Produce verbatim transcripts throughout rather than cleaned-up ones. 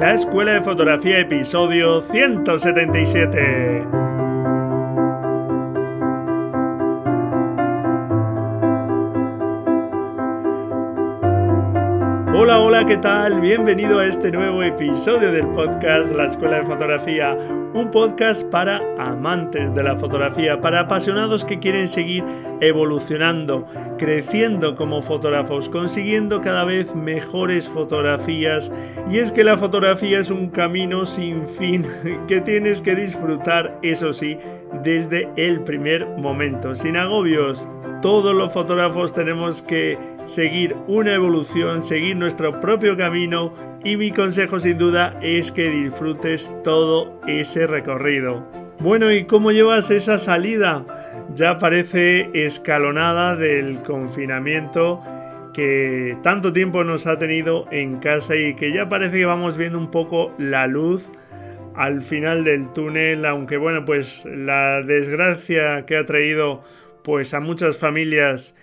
La Escuela de Fotografía, episodio ciento setenta y siete. Hola, hola, ¿qué tal? Bienvenido a este nuevo episodio del podcast La Escuela de Fotografía, un podcast para amantes de la fotografía, para apasionados que quieren seguir evolucionando, creciendo como fotógrafos, consiguiendo cada vez mejores fotografías. Y es que la fotografía es un camino sin fin que tienes que disfrutar, eso sí, desde el primer momento, sin agobios. Todos los fotógrafos tenemos que seguir una evolución, seguir nuestro propio camino, y mi consejo sin duda es que disfrutes todo ese recorrido. Bueno, ¿y cómo llevas esa salida? Ya parece escalonada del confinamiento que tanto tiempo nos ha tenido en casa y que ya parece que vamos viendo un poco la luz al final del túnel, aunque bueno, pues la desgracia que ha traído pues a muchas familias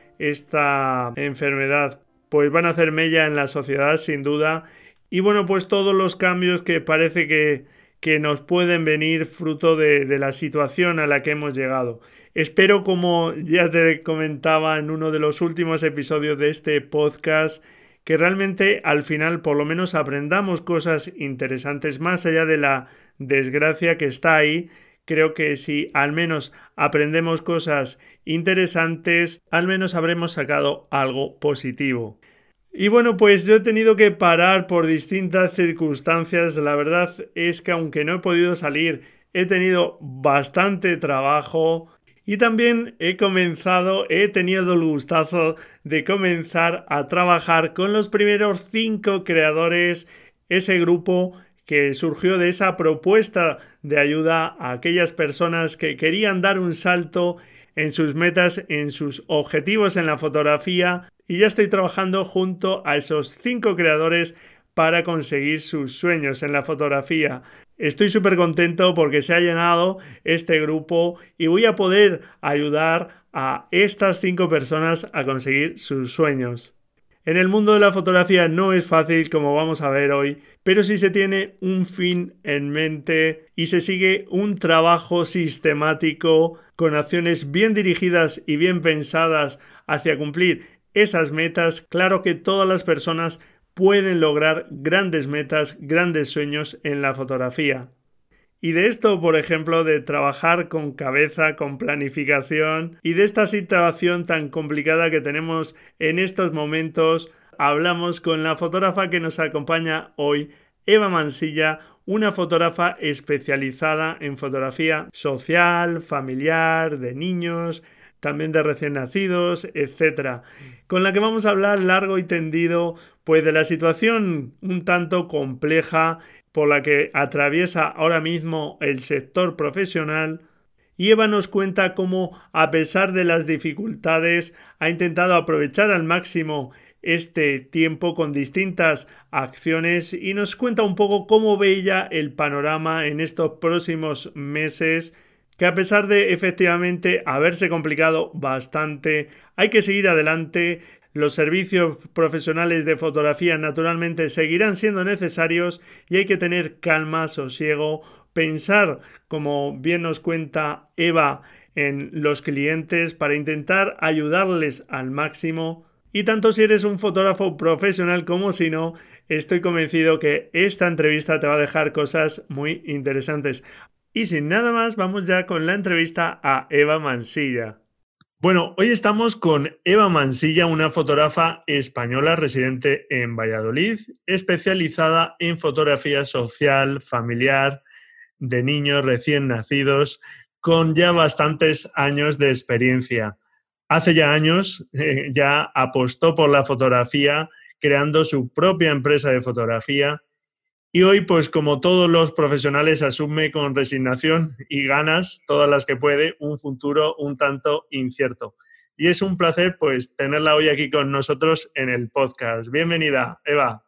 esta enfermedad pues van a hacer mella en la sociedad sin duda, y bueno, pues todos los cambios que parece que, que nos pueden venir fruto de, de la situación a la que hemos llegado. Espero, como ya te comentaba en uno de los últimos episodios de este podcast, que realmente al final por lo menos aprendamos cosas interesantes más allá de la desgracia que está ahí. Creo que si al menos aprendemos cosas interesantes, al menos habremos sacado algo positivo. Y bueno, pues yo he tenido que parar por distintas circunstancias. La verdad es que aunque no he podido salir, he tenido bastante trabajo y también he comenzado, he tenido el gustazo de comenzar a trabajar con los primeros cinco creadores, ese grupo que surgió de esa propuesta de ayuda a aquellas personas que querían dar un salto en sus metas, en sus objetivos en la fotografía, y ya estoy trabajando junto a esos cinco creadores para conseguir sus sueños en la fotografía. Estoy súper contento porque se ha llenado este grupo y voy a poder ayudar a estas cinco personas a conseguir sus sueños. En el mundo de la fotografía no es fácil, como vamos a ver hoy, pero si se tiene un fin en mente y se sigue un trabajo sistemático con acciones bien dirigidas y bien pensadas hacia cumplir esas metas, claro que todas las personas pueden lograr grandes metas, grandes sueños en la fotografía. Y de esto, por ejemplo, de trabajar con cabeza, con planificación, y de esta situación tan complicada que tenemos en estos momentos, hablamos con la fotógrafa que nos acompaña hoy, Eva Mansilla, una fotógrafa especializada en fotografía social, familiar, de niños, también de recién nacidos, etcétera, con la que vamos a hablar largo y tendido pues de la situación un tanto compleja por la que atraviesa ahora mismo el sector profesional. Y Eva nos cuenta cómo, a pesar de las dificultades, ha intentado aprovechar al máximo este tiempo con distintas acciones, y nos cuenta un poco cómo ve ella el panorama en estos próximos meses, que a pesar de efectivamente haberse complicado bastante, hay que seguir adelante. Los servicios profesionales de fotografía naturalmente seguirán siendo necesarios y hay que tener calma, sosiego, pensar, como bien nos cuenta Eva, en los clientes para intentar ayudarles al máximo. Y tanto si eres un fotógrafo profesional como si no, estoy convencido que esta entrevista te va a dejar cosas muy interesantes. Y sin nada más, vamos ya con la entrevista a Eva Mansilla. Bueno, hoy estamos con Eva Mansilla, una fotógrafa española residente en Valladolid, especializada en fotografía social, familiar, de niños recién nacidos, con ya bastantes años de experiencia. Hace ya años eh, ya apostó por la fotografía, creando su propia empresa de fotografía. Y hoy, pues como todos los profesionales, asume con resignación y ganas, todas las que puede, un futuro un tanto incierto. Y es un placer pues tenerla hoy aquí con nosotros en el podcast. Bienvenida, Eva.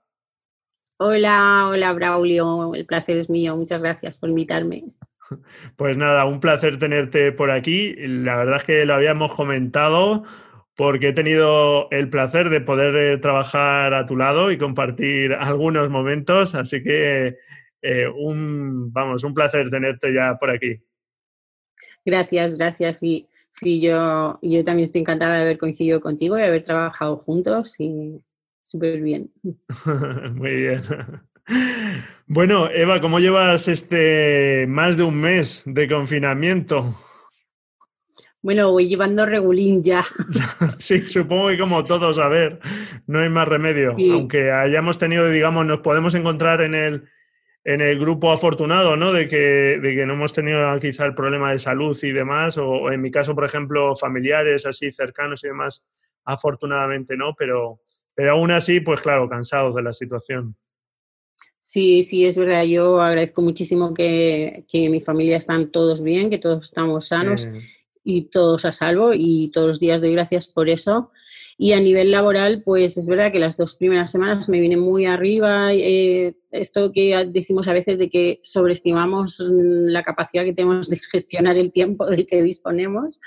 Hola, hola Braulio, el placer es mío, muchas gracias por invitarme. Pues nada, un placer tenerte por aquí. La verdad es que lo habíamos comentado, porque he tenido el placer de poder eh, trabajar a tu lado y compartir algunos momentos, así que eh, un, vamos, un placer tenerte ya por aquí. Gracias, gracias. Y sí, yo, yo también estoy encantada de haber coincidido contigo y haber trabajado juntos y súper bien. Muy bien. Bueno, Eva, ¿cómo llevas este más de un mes de confinamiento? Bueno, voy llevando regulín ya. Sí, supongo que como todos, a ver, no hay más remedio. Sí, Aunque hayamos tenido, digamos, nos podemos encontrar en el, en el grupo afortunado, ¿no? De que, de que no hemos tenido quizá el problema de salud y demás, o, o en mi caso, por ejemplo, familiares así cercanos y demás, afortunadamente no, pero, pero aún así, pues claro, cansados de la situación. sí, sí, es verdad. Yo agradezco muchísimo que, que mi familia están todos bien, que todos estamos Sí, sanos y todos a salvo y todos los días doy gracias por eso. Y a nivel laboral, pues es verdad que las dos primeras semanas me vine muy arriba. Eh, esto que decimos a veces de que sobreestimamos la capacidad que tenemos de gestionar el tiempo del que disponemos.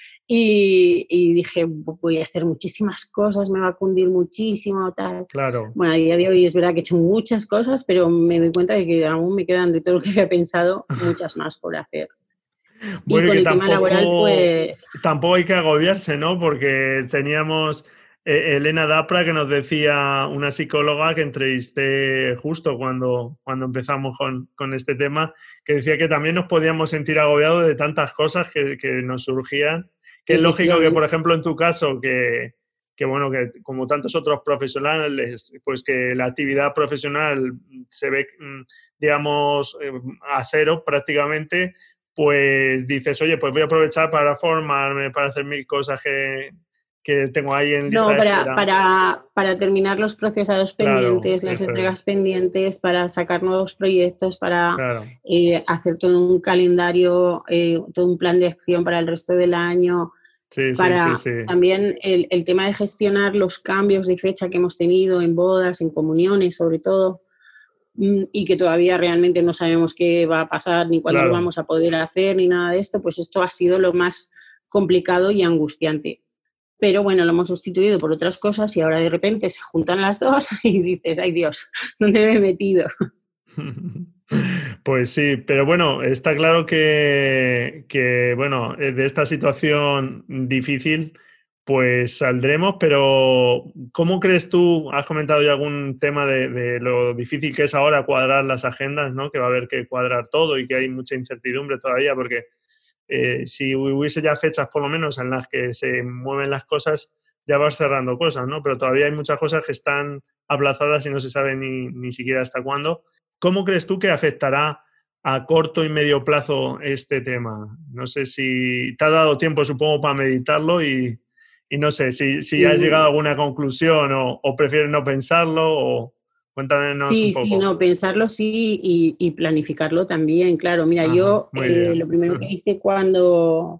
Y, y dije, voy a hacer muchísimas cosas, me va a cundir muchísimo, tal. claro. Bueno, a día de hoy es verdad que he hecho muchas cosas, pero me doy cuenta de que aún me quedan de todo lo que había pensado muchas más por hacer. Y Bueno, y con que el tema laboral, tampoco, pues tampoco hay que agobiarse, ¿no? Porque teníamos eh, Elena Dapra, que nos decía, una psicóloga que entrevisté justo cuando, cuando empezamos con, con este tema, que decía que también nos podíamos sentir agobiados de tantas cosas que, que nos surgían. Que es lógico que, por efectivamente, ejemplo, en tu caso, que, que bueno, que como tantos otros profesionales, pues que la actividad profesional se ve, digamos, a cero prácticamente, pues dices, oye, pues voy a aprovechar para formarme, para hacer mil cosas que, que tengo ahí en lista no, de para, espera. para, para terminar los procesados Claro, pendientes, las eso es, entregas pendientes, para sacar nuevos proyectos, para claro. eh, hacer todo un calendario, eh, todo un plan de acción para el resto del año, Sí, sí, sí, para sí. también el, el tema de gestionar los cambios de fecha que hemos tenido en bodas, en comuniones sobre todo, y que todavía realmente no sabemos qué va a pasar, ni cuándo lo Claro. vamos a poder hacer, ni nada de esto, pues esto ha sido lo más complicado y angustiante. Pero bueno, lo hemos sustituido por otras cosas y ahora de repente se juntan las dos y dices, ay Dios, ¿dónde me he metido? Pues sí, pero bueno, está claro que, que, bueno, eh, de esta situación difícil, pues saldremos, pero ¿cómo crees tú? Has comentado ya algún tema de, de lo difícil que es ahora cuadrar las agendas, ¿no? Que va a haber que cuadrar todo y que hay mucha incertidumbre todavía, porque eh, si hubiese ya fechas por lo menos en las que se mueven las cosas, ya vas cerrando cosas, ¿no? Pero todavía hay muchas cosas que están aplazadas y no se sabe ni, ni siquiera hasta cuándo. ¿Cómo crees tú que afectará a corto y medio plazo este tema? No sé si te ha dado tiempo, supongo, para meditarlo y, y no sé si, si ya has llegado a alguna conclusión o, o prefieres no pensarlo o cuéntanos un Sí, sí, poco. no, pensarlo sí y, y planificarlo también, claro. Mira, Ajá, yo muy eh, lo bien. primero que hice cuando,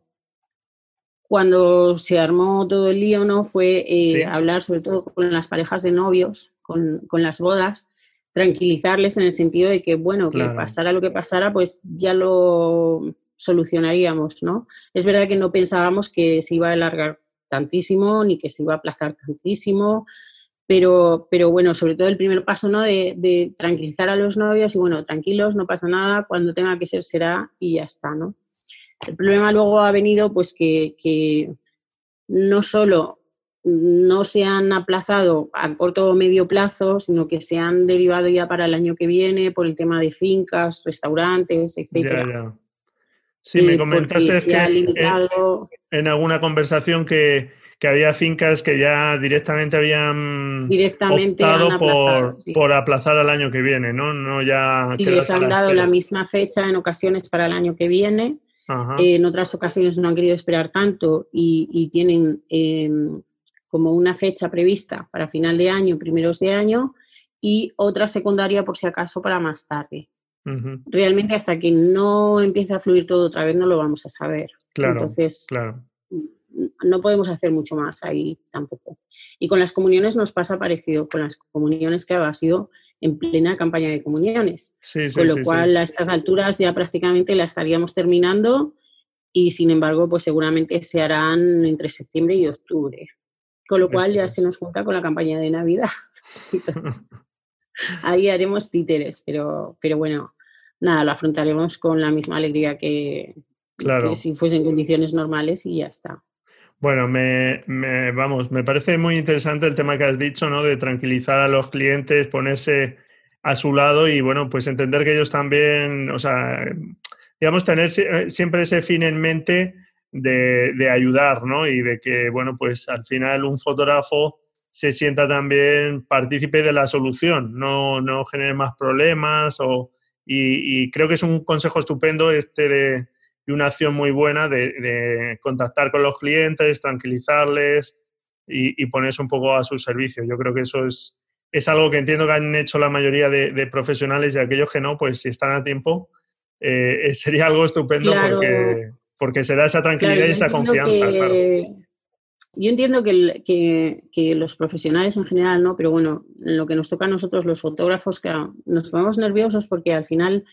cuando se armó todo el lío, ¿no? Fue eh, Sí, hablar sobre todo con las parejas de novios, con, con las bodas, tranquilizarles en el sentido de que, bueno, que claro, pasara lo que pasara, pues ya lo solucionaríamos, ¿no? Es verdad que no pensábamos que se iba a alargar tantísimo ni que se iba a aplazar tantísimo, pero, pero bueno, sobre todo el primer paso, ¿no? De, de tranquilizar a los novios y bueno, tranquilos, no pasa nada, cuando tenga que ser será y ya está, ¿no? El problema luego ha venido pues que, que no solo no se han aplazado a corto o medio plazo, sino que se han derivado ya para el año que viene por el tema de fincas, restaurantes, ya, etcétera. ya. Sí, me Eh, porque comentaste se ha que en, limitado en alguna conversación que, que había fincas que ya directamente habían directamente, han optado aplazado. por, Sí. por aplazar al año que viene, ¿no? No ya Sí, les quedarse a han la dado la espera. misma fecha en ocasiones para el año que viene. Ajá. Eh, en otras ocasiones no han querido esperar tanto y, y tienen eh, como una fecha prevista para final de año, primeros de año, y otra secundaria por si acaso para más tarde. Ujú. Realmente hasta que no empiece a fluir todo otra vez no lo vamos a saber. Claro, Entonces, claro. no podemos hacer mucho más ahí tampoco. Y con las comuniones nos pasa parecido, con las comuniones que ha sido en plena campaña de comuniones, Sí, sí, con lo sí, sí. cual a estas alturas ya prácticamente la estaríamos terminando y sin embargo pues seguramente se harán entre septiembre y octubre. con lo cual Eso ya es. se nos junta con la campaña de Navidad. Entonces, ahí haremos títeres, pero, pero bueno, nada, lo afrontaremos con la misma alegría que, que Claro. si fuesen condiciones normales y ya está. Bueno, me, me, vamos, me parece muy interesante el tema que has dicho, ¿no? De tranquilizar a los clientes, ponerse a su lado y, bueno, pues entender que ellos también, o sea, digamos, tener siempre ese fin en mente de, de ayudar, ¿no? Y de que, bueno, pues al final un fotógrafo se sienta también partícipe de la solución, no, no genere más problemas o, y, y creo que es un consejo estupendo este de y una acción muy buena de, de contactar con los clientes, tranquilizarles y, y ponerse un poco a su servicio. Yo creo que eso es, es algo que entiendo que han hecho la mayoría de, de profesionales y aquellos que no, pues si están a tiempo, eh, sería algo estupendo Claro, porque, porque se da esa claro, tranquilidad y yo esa entiendo confianza, claro. que Yo entiendo que, el- que, que los profesionales en general, ¿no? Pero bueno, en lo que nos toca a nosotros, los fotógrafos, claro, nos ponemos nerviosos porque al final,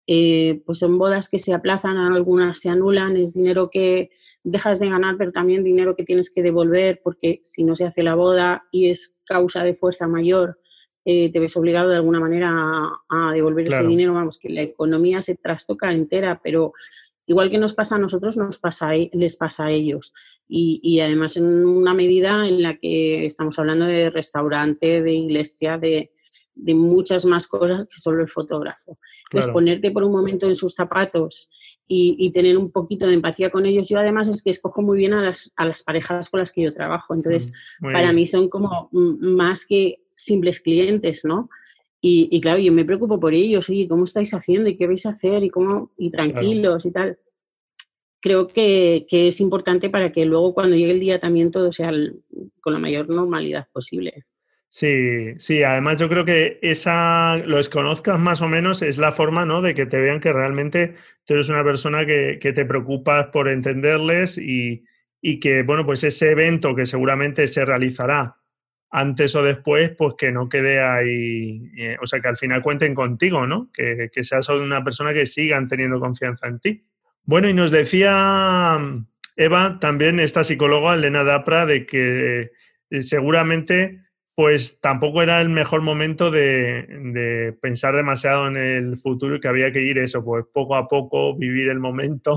eh, pues son bodas que se aplazan, algunas se anulan, es dinero que dejas de ganar, pero también dinero que tienes que devolver porque si no se hace la boda y es causa de fuerza mayor, eh, te ves obligado de alguna manera a, a devolver ese Claro, dinero. Vamos, que la economía se trastoca entera, pero igual que nos pasa a nosotros, nos pasa a, les pasa a ellos. Y, y además en una medida en la que estamos hablando de restaurante, de iglesia, de, de muchas más cosas que solo el fotógrafo. Entonces, claro. ponerte por un momento en sus zapatos y, y tener un poquito de empatía con ellos. Yo además es que escojo muy bien a las, a las parejas con las que yo trabajo. Entonces, Mm, muy para bien. mí son como más que simples clientes, ¿no? Y, y, claro, yo me preocupo por ellos, oye, ¿cómo estáis haciendo? ¿Y qué vais a hacer? Y cómo, y Claro. tranquilos y tal. Creo que, que es importante para que luego cuando llegue el día también todo sea el, con la mayor normalidad posible. Sí, sí, además yo creo que esa, los conozcas más o menos, es la forma, ¿no? De que te vean que realmente tú eres una persona que, que te preocupas por entenderles y, y que, bueno, pues ese evento que seguramente se realizará antes o después, pues que no quede ahí, eh, o sea, que al final cuenten contigo, ¿no? Que, que seas una persona que sigan teniendo confianza en ti. Bueno, y nos decía Eva, también esta psicóloga, Elena Dapra, de que eh, seguramente pues tampoco era el mejor momento de, de pensar demasiado en el futuro y que había que ir eso, pues poco a poco, vivir el momento,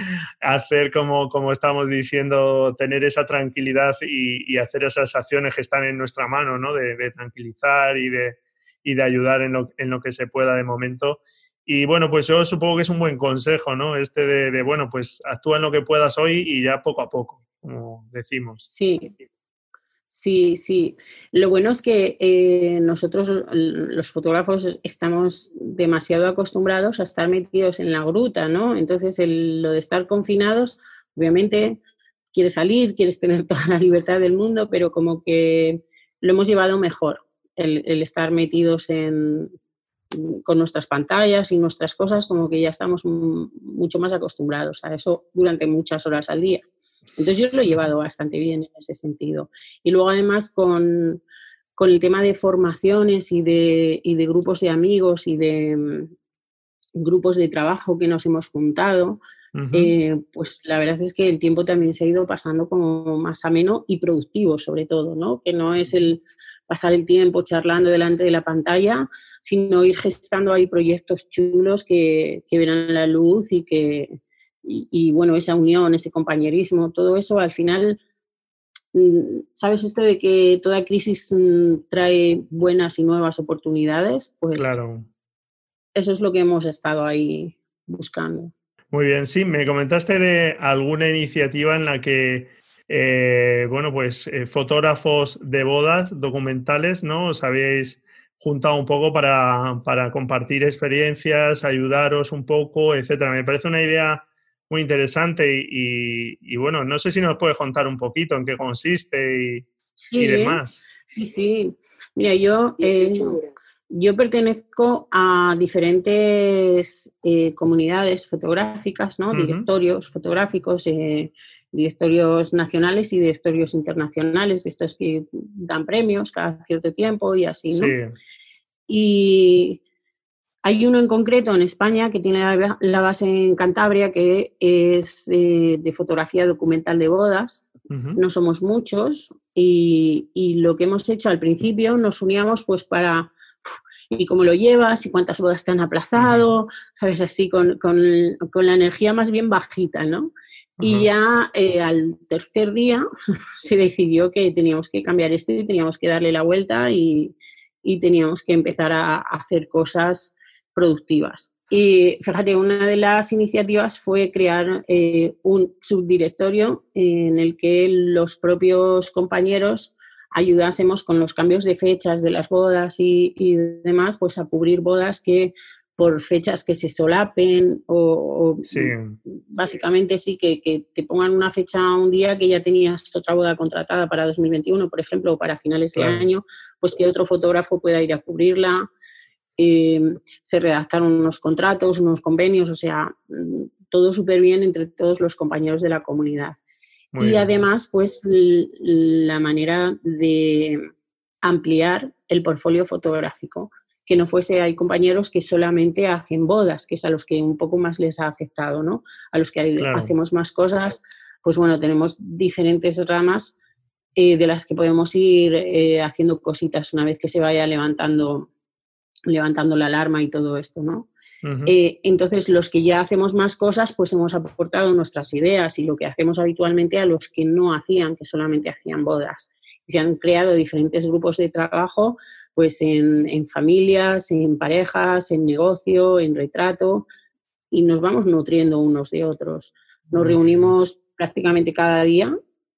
hacer como, como estamos diciendo, tener esa tranquilidad y, y hacer esas acciones que están en nuestra mano, ¿no? De, de tranquilizar y de, y de ayudar en lo, en lo que se pueda de momento. Y bueno, pues yo supongo que es un buen consejo, ¿no? Este de, de bueno, pues actúa en lo que puedas hoy y ya poco a poco, como decimos. Sí, sí, sí. Lo bueno es que eh, nosotros, los fotógrafos, estamos demasiado acostumbrados a estar metidos en la gruta, ¿no? Entonces, el, lo de estar confinados, obviamente, quieres salir, quieres tener toda la libertad del mundo, pero como que lo hemos llevado mejor, el, el estar metidos en, con nuestras pantallas y nuestras cosas, como que ya estamos mucho más acostumbrados a eso durante muchas horas al día. Entonces yo lo he llevado bastante bien en ese sentido. Y luego además con, con el tema de formaciones y de, y de grupos de amigos y de um, grupos de trabajo que nos hemos juntado, Uh-huh. eh, pues la verdad es que el tiempo también se ha ido pasando como más ameno y productivo sobre todo, ¿no? Que no es el pasar el tiempo charlando delante de la pantalla, sino ir gestando ahí proyectos chulos que, que verán la luz y que, y, y bueno, esa unión, ese compañerismo, todo eso al final, ¿sabes esto de que toda crisis trae buenas y nuevas oportunidades? Pues Claro. eso es lo que hemos estado ahí buscando. Muy bien, sí, me comentaste de alguna iniciativa en la que, eh, bueno, pues eh, fotógrafos de bodas documentales, ¿no? Os habéis juntado un poco para, para compartir experiencias, ayudaros un poco, etcétera. Me parece una idea muy interesante y, y, y bueno, no sé si nos puedes contar un poquito en qué consiste y, y Sí, demás. sí, sí. Mira, yo, eh, yo pertenezco a diferentes eh, comunidades fotográficas, ¿no? Uh-huh. Directorios fotográficos, eh, directorios nacionales y directorios internacionales, de estos que dan premios cada cierto tiempo y así, Sí. ¿no? Y hay uno en concreto en España que tiene la base en Cantabria, que es eh, de fotografía documental de bodas. Uh-huh. no somos muchos y, y lo que hemos hecho al principio nos uníamos pues para... ¿Y cómo lo llevas? ¿Y cuántas bodas te han aplazado? Uh-huh. ¿Sabes? Así, con, con, con la energía más bien bajita, ¿no? Uh-huh. Y ya eh, al tercer día se decidió que teníamos que cambiar esto y teníamos que darle la vuelta y, y teníamos que empezar a, a hacer cosas productivas. Y fíjate, una de las iniciativas fue crear eh, un subdirectorio en el que los propios compañeros ayudásemos con los cambios de fechas de las bodas y, y demás, pues a cubrir bodas que por fechas que se solapen o, o sí. básicamente sí, que, que te pongan una fecha un día que ya tenías otra boda contratada para dos mil veintiuno, por ejemplo, o para finales claro. de año, pues que otro fotógrafo pueda ir a cubrirla. Eh, se redactaron unos contratos, unos convenios, o sea, todo súper bien entre todos los compañeros de la comunidad. Muy y bien. Además, pues, la manera de ampliar el portfolio fotográfico, que no fuese, hay compañeros que solamente hacen bodas, que es a los que un poco más les ha afectado, ¿no? A los que claro. hacemos más cosas, pues bueno, tenemos diferentes ramas eh, de las que podemos ir eh, haciendo cositas una vez que se vaya levantando, levantando la alarma y todo esto, ¿no? Uh-huh. Eh, entonces, los que ya hacemos más cosas, pues hemos aportado nuestras ideas y lo que hacemos habitualmente a los que no hacían, que solamente hacían bodas. Y se han creado diferentes grupos de trabajo, pues en, en familias, en parejas, en negocio, en retrato, y nos vamos nutriendo unos de otros. Nos reunimos prácticamente cada día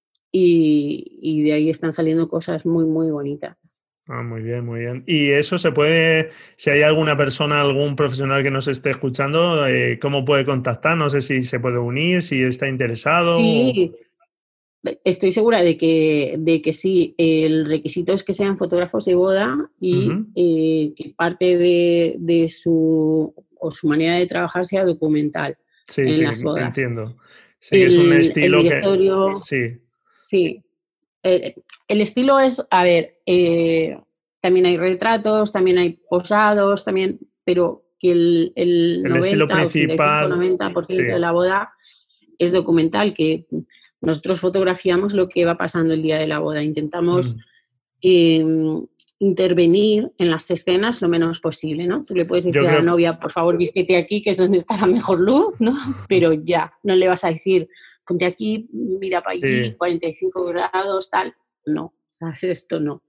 y, y de ahí están saliendo cosas muy, muy bonitas. Ah, muy bien, muy bien. Y eso se puede, si hay alguna persona, algún profesional que nos esté escuchando, eh, ¿cómo puede contactar? No sé si se puede unir, si está interesado. Sí, estoy segura de que, de que sí. El requisito es que sean fotógrafos de boda y uh-huh. eh, que parte de, de su, o su manera de trabajar sea documental sí, en sí, las bodas. Entiendo. Sí, el, que es un estilo el directorio, que... Sí. Sí. El, el estilo es, a ver, eh, también hay retratos, también hay posados, también, pero que el, el, el noventa, ochenta y cinco, noventa por ciento sí. de la boda es documental, que nosotros fotografiamos lo que va pasando el día de la boda. Intentamos mm. eh, intervenir en las escenas lo menos posible, ¿no? Tú le puedes decir creo... a la novia, por favor, vístete aquí, que es donde está la mejor luz, ¿no? Pero ya, no le vas a decir, ponte aquí, mira para allí, sí. cuarenta y cinco grados, tal. No, ¿sabes? Esto no.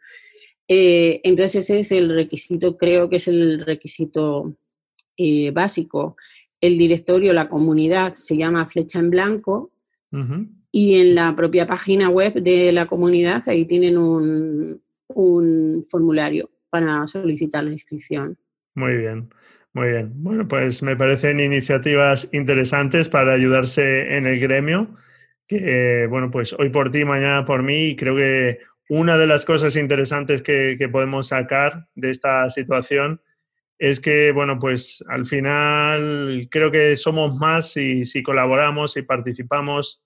Eh, entonces ese es el requisito, creo que es el requisito eh, básico. El directorio, la comunidad, se llama Flecha en Blanco uh-huh. y en la propia página web de la comunidad ahí tienen un, un formulario para solicitar la inscripción. Muy bien, muy bien. Bueno, pues me parecen iniciativas interesantes para ayudarse en el gremio, que, eh, bueno, pues hoy por ti, mañana por mí, y creo que una de las cosas interesantes que, que podemos sacar de esta situación es que, bueno, pues al final creo que somos más si, si colaboramos y participamos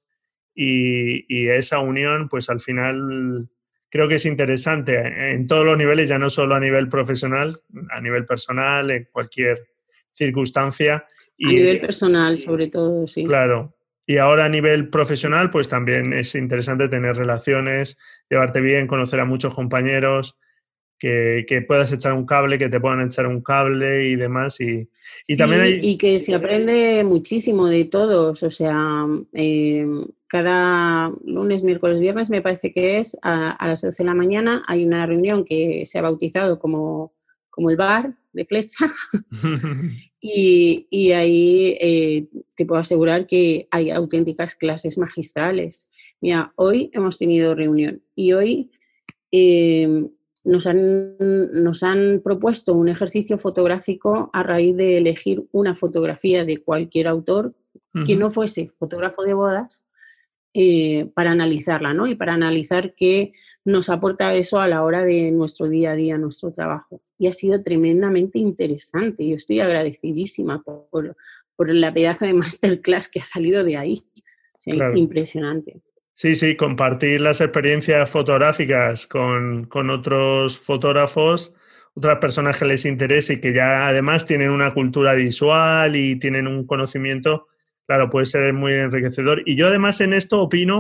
y, y esa unión, pues al final creo que es interesante en todos los niveles, ya no solo a nivel profesional, a nivel personal, en cualquier circunstancia. Y, a nivel personal, sobre todo, sí. Claro. Y ahora a nivel profesional, pues también es interesante tener relaciones, llevarte bien, conocer a muchos compañeros, que, que puedas echar un cable, que te puedan echar un cable y demás. Y, y sí, también hay... y que se aprende muchísimo de todos. O sea, eh, cada lunes, miércoles, viernes, me parece que es, a, a las doce de la mañana hay una reunión que se ha bautizado como, como el bar de Flecha. y, y ahí eh, te puedo asegurar que hay auténticas clases magistrales. Mira, hoy hemos tenido reunión y hoy... Eh, Nos han, nos han propuesto un ejercicio fotográfico a raíz de elegir una fotografía de cualquier autor uh-huh. que no fuese fotógrafo de bodas eh, para analizarla, ¿no? Y para analizar qué nos aporta eso a la hora de nuestro día a día, nuestro trabajo. Y ha sido tremendamente interesante. Yo estoy agradecidísima por, por la pedazo de masterclass que ha salido de ahí. O sea, claro. Impresionante. Sí, sí, compartir las experiencias fotográficas con, con otros fotógrafos, otras personas que les interese y que ya además tienen una cultura visual y tienen un conocimiento, claro, puede ser muy enriquecedor. Y yo además en esto opino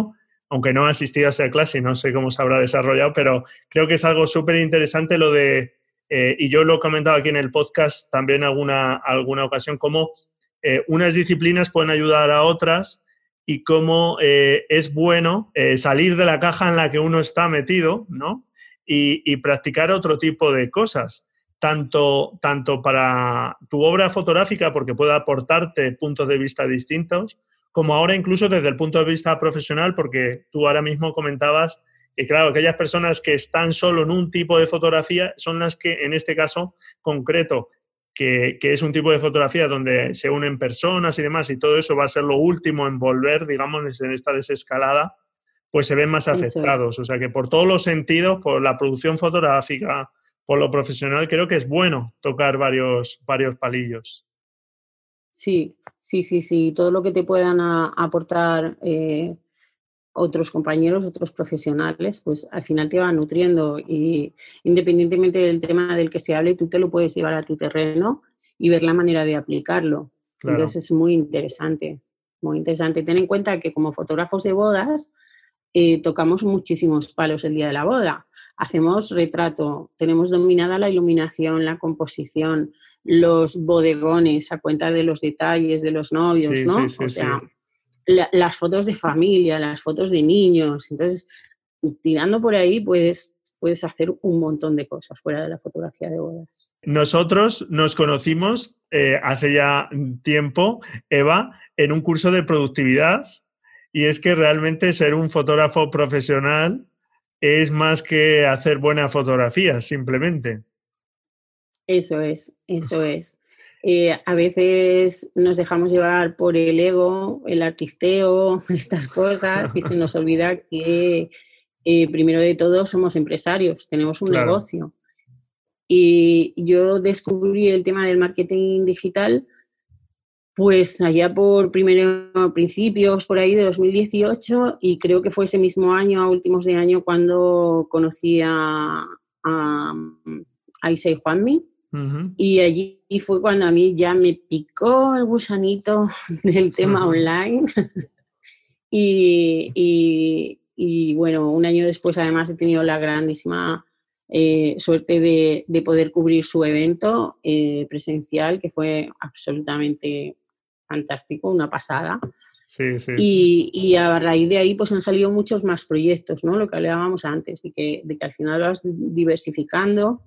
aunque no he asistido a esa clase y no sé cómo se habrá desarrollado, pero creo que es algo súper interesante lo de, eh, y yo lo he comentado aquí en el podcast también en alguna, alguna ocasión, cómo eh, unas disciplinas pueden ayudar a otras y cómo eh, es bueno eh, salir de la caja en la que uno está metido, ¿no? Y, y practicar otro tipo de cosas, tanto, tanto para tu obra fotográfica, porque puede aportarte puntos de vista distintos, como ahora incluso desde el punto de vista profesional, porque tú ahora mismo comentabas que, claro, aquellas personas que están solo en un tipo de fotografía son las que, en este caso concreto, que, que es un tipo de fotografía donde se unen personas y demás, y todo eso va a ser lo último en volver, digamos, en esta desescalada, pues se ven más afectados. O sea que por todos los sentidos, por la producción fotográfica, por lo profesional, creo que es bueno tocar varios, varios palillos. Sí, sí, sí, sí. Todo lo que te puedan a, aportar eh, otros compañeros, otros profesionales, pues al final te va nutriendo y independientemente del tema del que se hable, tú te lo puedes llevar a tu terreno y ver la manera de aplicarlo. Claro. Entonces es muy interesante, muy interesante. Ten en cuenta que como fotógrafos de bodas eh, tocamos muchísimos palos el día de la boda. Hacemos retrato, tenemos dominada la iluminación, la composición, los bodegones a cuenta de los detalles de los novios, sí, ¿no? Sí, sí, o sea, sí. La, las fotos de familia, las fotos de niños. Entonces, tirando por ahí puedes, puedes hacer un montón de cosas fuera de la fotografía de bodas. Nosotros nos conocimos eh, hace ya tiempo, Eva, en un curso de productividad, y es que realmente ser un fotógrafo profesional es más que hacer buenas fotografías, simplemente. Eso es, eso es. Eh, a veces nos dejamos llevar por el ego, el artisteo, estas cosas, y se nos olvida que eh, primero de todo somos empresarios, tenemos un claro. negocio. Y yo descubrí el tema del marketing digital pues allá por primeros principios, por ahí de dos mil dieciocho, y creo que fue ese mismo año, a últimos de año, cuando conocí a, a, a Isa y Juanmi. Uh-huh. Y allí fue cuando a mí ya me picó el gusanito del tema uh-huh. online. y, y, y bueno, un año después además he tenido la grandísima eh, suerte de, de poder cubrir su evento eh, presencial, que fue absolutamente fantástico, una pasada. Sí, sí, y, sí. y a raíz de ahí pues han salido muchos más proyectos, ¿no? Lo que hablábamos antes, de que, de que al final vas diversificando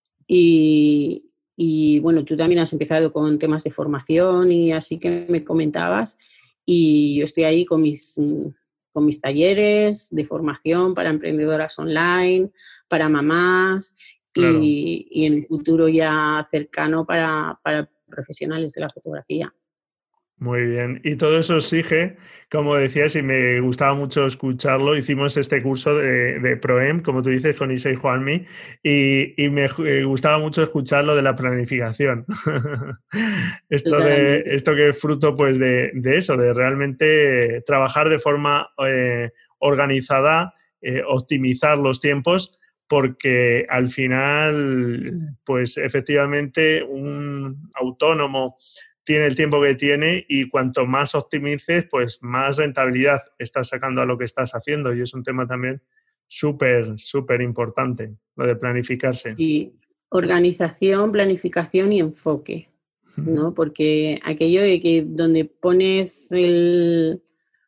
y, y bueno, tú también has empezado con temas de formación y así que me comentabas, y yo estoy ahí con mis, con mis talleres de formación para emprendedoras online, para mamás, claro. y, y en el futuro ya cercano para, para profesionales de la fotografía. Muy bien. Y todo eso exige, como decías, y me gustaba mucho escucharlo, hicimos este curso de, de ProEm, como tú dices, con Isa y Juanmi, y, y me gustaba mucho escuchar lo de la planificación. esto, de, esto que es fruto pues, de, de eso, de realmente trabajar de forma eh, organizada, eh, optimizar los tiempos, porque al final, pues efectivamente, un autónomo tiene el tiempo que tiene y cuanto más optimices, pues más rentabilidad estás sacando a lo que estás haciendo. Y es un tema también súper, súper importante, lo de planificarse. Sí, organización, planificación y enfoque, ¿no? Porque aquello de que donde pones el...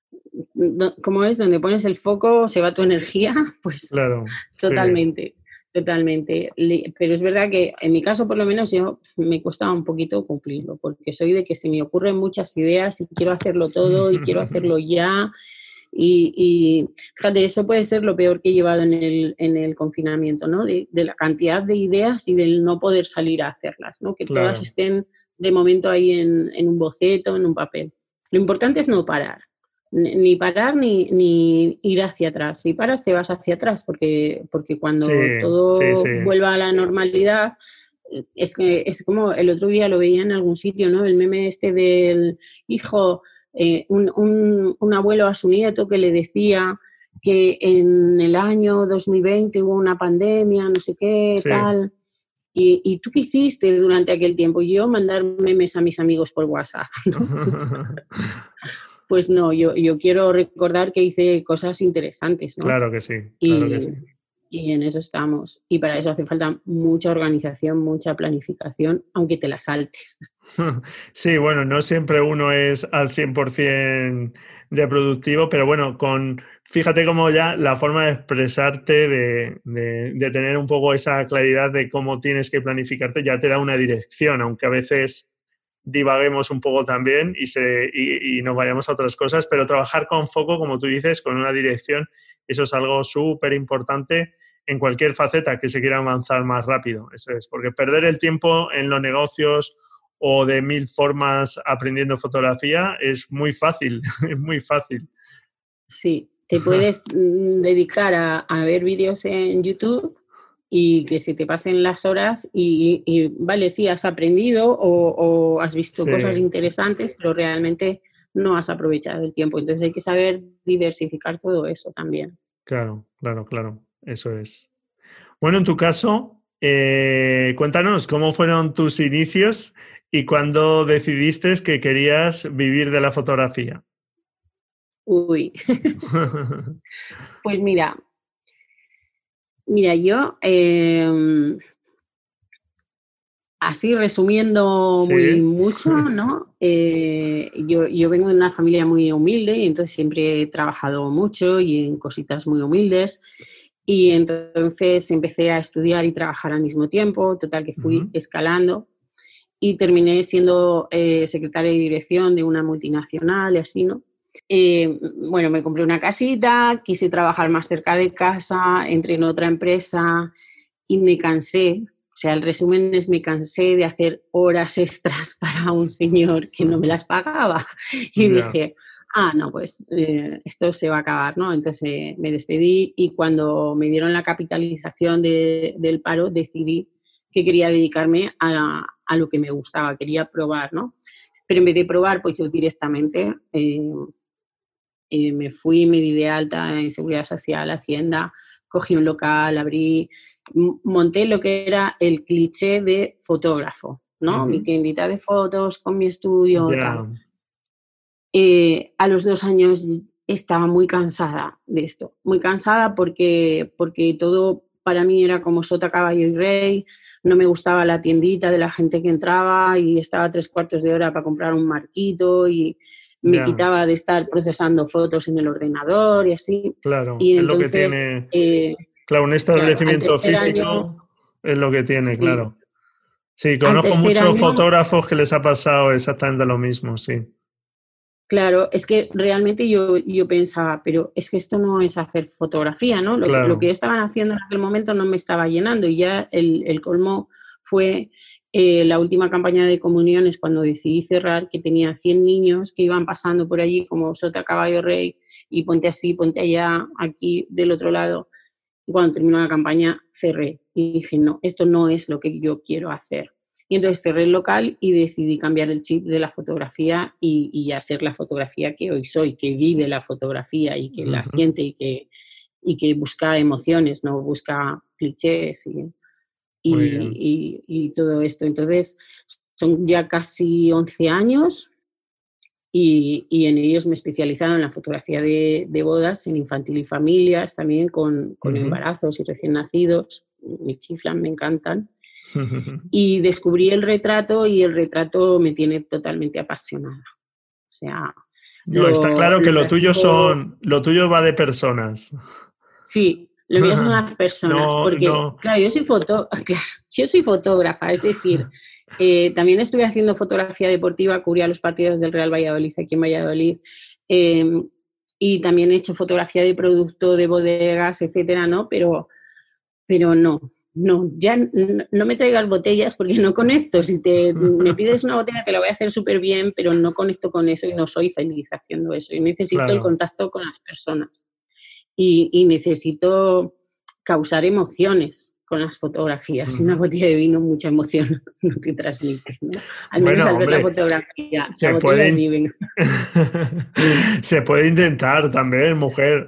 ¿Cómo es? Donde pones el foco se va tu energía, pues claro, totalmente. Sí. Totalmente, pero es verdad que en mi caso por lo menos yo me cuesta un poquito cumplirlo, porque soy de que se me ocurren muchas ideas y quiero hacerlo todo y quiero hacerlo ya y, y fíjate, eso puede ser lo peor que he llevado en el, en el confinamiento, ¿no? De, de la cantidad de ideas y del no poder salir a hacerlas, ¿no? Que claro. Todas estén de momento ahí en, en un boceto, en un papel. Lo importante es no parar. Ni parar ni, ni ir hacia atrás. Si paras te vas hacia atrás porque, porque cuando sí, todo sí, sí. vuelva a la normalidad es que es como el otro día lo veía en algún sitio, ¿no? El meme este del hijo, eh, un, un, un abuelo a su nieto que le decía que en el año dos mil veinte hubo una pandemia, no sé qué, sí. tal. Y, ¿Y tú qué hiciste durante aquel tiempo? Yo mandar memes a mis amigos por WhatsApp, ¿no? Pues, pues no, yo, yo quiero recordar que hice cosas interesantes, ¿no? Claro que sí, claro y, que sí. Y en eso estamos. Y para eso hace falta mucha organización, mucha planificación, aunque te la saltes. Sí, bueno, no siempre uno es al cien por ciento de productivo, pero bueno, con fíjate cómo ya la forma de expresarte, de, de, de tener un poco esa claridad de cómo tienes que planificarte, ya te da una dirección, aunque a veces divaguemos un poco también y, se, y, y nos vayamos a otras cosas, pero trabajar con foco, como tú dices, con una dirección, eso es algo súper importante en cualquier faceta que se quiera avanzar más rápido. Eso es, porque perder el tiempo en los negocios o de mil formas aprendiendo fotografía es muy fácil, es muy fácil. Sí, te puedes dedicar a, a ver vídeos en YouTube y que se te pasen las horas y, y vale, sí, has aprendido o, o has visto sí. cosas interesantes, pero realmente no has aprovechado el tiempo. Entonces hay que saber diversificar todo eso también. Claro, claro, claro, eso es. Bueno, en tu caso, eh, cuéntanos cómo fueron tus inicios y cuándo decidiste que querías vivir de la fotografía. Uy, pues mira, mira, yo, eh, así resumiendo ¿Sí? muy mucho, ¿no? Eh, yo, yo vengo de una familia muy humilde y entonces siempre he trabajado mucho y en cositas muy humildes y entonces empecé a estudiar y trabajar al mismo tiempo, total que fui uh-huh. escalando y terminé siendo eh, secretaria de dirección de una multinacional y así, ¿no? Eh, bueno, me compré una casita, quise trabajar más cerca de casa, entré en otra empresa y me cansé. O sea, el resumen es me cansé de hacer horas extras para un señor que no me las pagaba. Y yeah. dije, ah, no, pues eh, esto se va a acabar, ¿no? Entonces eh, me despedí y cuando me dieron la capitalización de, del paro decidí que quería dedicarme a, a lo que me gustaba, quería probar, ¿no? Pero en vez de probar, pues yo directamente... Eh, Eh, me fui, me di de alta en Seguridad Social, Hacienda, cogí un local, abrí, monté lo que era el cliché de fotógrafo, ¿no? Uh-huh. Mi tiendita de fotos con mi estudio, yeah. tal. Eh, a los dos años estaba muy cansada de esto, muy cansada porque, porque todo para mí era como sota, caballo y rey, no me gustaba la tiendita de la gente que entraba y estaba tres cuartos de hora para comprar un marquito y... me yeah. quitaba de estar procesando fotos en el ordenador y así. Claro, y es entonces, lo que tiene... Eh, claro, un establecimiento claro, físico año, es lo que tiene, sí. claro. Sí, conozco muchos año, fotógrafos que les ha pasado exactamente lo mismo, sí. Claro, es que realmente yo, yo pensaba, pero es que esto no es hacer fotografía, ¿no? Lo, claro. que, lo que estaban haciendo en aquel momento no me estaba llenando y ya el, el colmo fue... Eh, la última campaña de comuniones cuando decidí cerrar, que tenía cien niños que iban pasando por allí como sota, caballo, rey y ponte así, ponte allá, aquí del otro lado. Y cuando terminó la campaña cerré y dije, no, esto no es lo que yo quiero hacer. Y entonces cerré el local y decidí cambiar el chip de la fotografía y, y ya ser la fotografía que hoy soy, que vive la fotografía y que uh-huh. la siente y que, y que busca emociones, no busca clichés y... Y, y, y todo esto. Entonces, son ya casi once años y, y en ellos me he especializado en la fotografía de, de bodas, en infantil y familias, también con, con uh-huh. embarazos y recién nacidos. Me chiflan, me encantan. Y descubrí el retrato y el retrato me tiene totalmente apasionada. O sea... No, lo, está claro que lo, lo tuyo son... Lo tuyo va de personas. Sí. Lo mío son las personas, no, porque, no. claro, yo soy, foto, claro, yo soy fotógrafa, es decir, eh, también estuve haciendo fotografía deportiva, cubría los partidos del Real Valladolid aquí en Valladolid, eh, y también he hecho fotografía de producto, de bodegas, etcétera, ¿no? Pero, pero no, no, ya no, no me traigas botellas porque no conecto. Si te, me pides una botella te la voy a hacer súper bien, pero no conecto con eso y no soy feliz haciendo eso. Y necesito claro. el contacto con las personas. Y, y necesito causar emociones con las fotografías. Uh-huh. Una botella de vino, mucha emoción no te transmite, ¿no? Al menos bueno, al ver hombre, la fotografía. Se, la puede, sí, venga. se puede intentar también, mujer.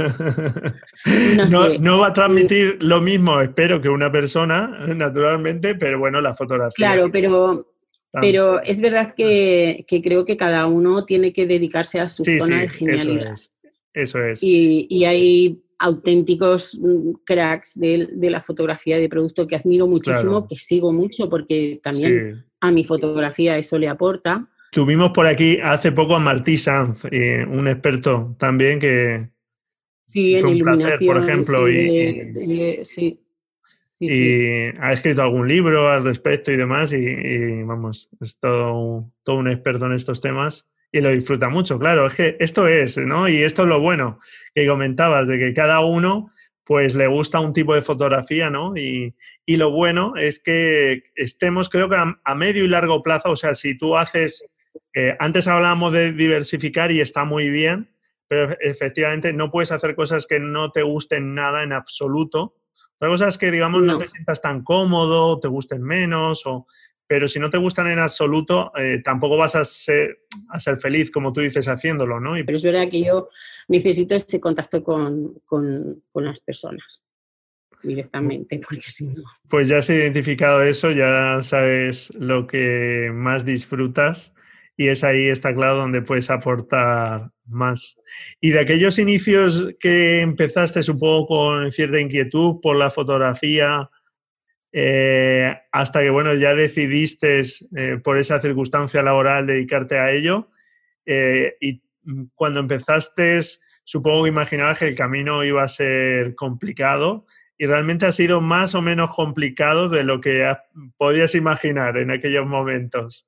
No, no, sé. no va a transmitir lo mismo, espero, que una persona, naturalmente, pero bueno, la fotografía. Claro, pero... Pero es verdad que, que creo que cada uno tiene que dedicarse a su sí, zona sí, de genialidad. Eso es. Eso es. Y, y hay auténticos cracks de, de la fotografía de producto que admiro muchísimo, Claro. que sigo mucho porque también Sí. a mi fotografía eso le aporta. Tuvimos por aquí hace poco a Martí Sanz, eh, un experto también que Sí, en fue un placer, por iluminación, ejemplo, sí, y, de, y, de, sí, sí, sí. y ha escrito algún libro al respecto y demás, y, y vamos, es todo, todo un experto en estos temas y lo disfruta mucho, claro, es que esto es, ¿no? Y esto es lo bueno que comentabas, de que cada uno pues le gusta un tipo de fotografía, ¿no? Y, y lo bueno es que estemos, creo que a, a medio y largo plazo, o sea, si tú haces, eh, antes hablábamos de diversificar y está muy bien, pero efectivamente no puedes hacer cosas que no te gusten nada en absoluto. Otra cosa es que, digamos, no No. te sientas tan cómodo, te gusten menos, o, pero si no te gustan en absoluto, eh, tampoco vas a ser, a ser feliz, como tú dices, haciéndolo, ¿no? Y, pero es verdad que yo necesito ese contacto con, con, con las personas directamente, porque si no... Pues ya has identificado eso, ya sabes lo que más disfrutas y es ahí, está claro, donde puedes aportar más. Y de aquellos inicios que empezaste, supongo, con cierta inquietud por la fotografía, eh, hasta que, bueno, ya decidiste eh, por esa circunstancia laboral dedicarte a ello, eh, y cuando empezaste, supongo que imaginabas que el camino iba a ser complicado y realmente ha sido más o menos complicado de lo que podías imaginar en aquellos momentos.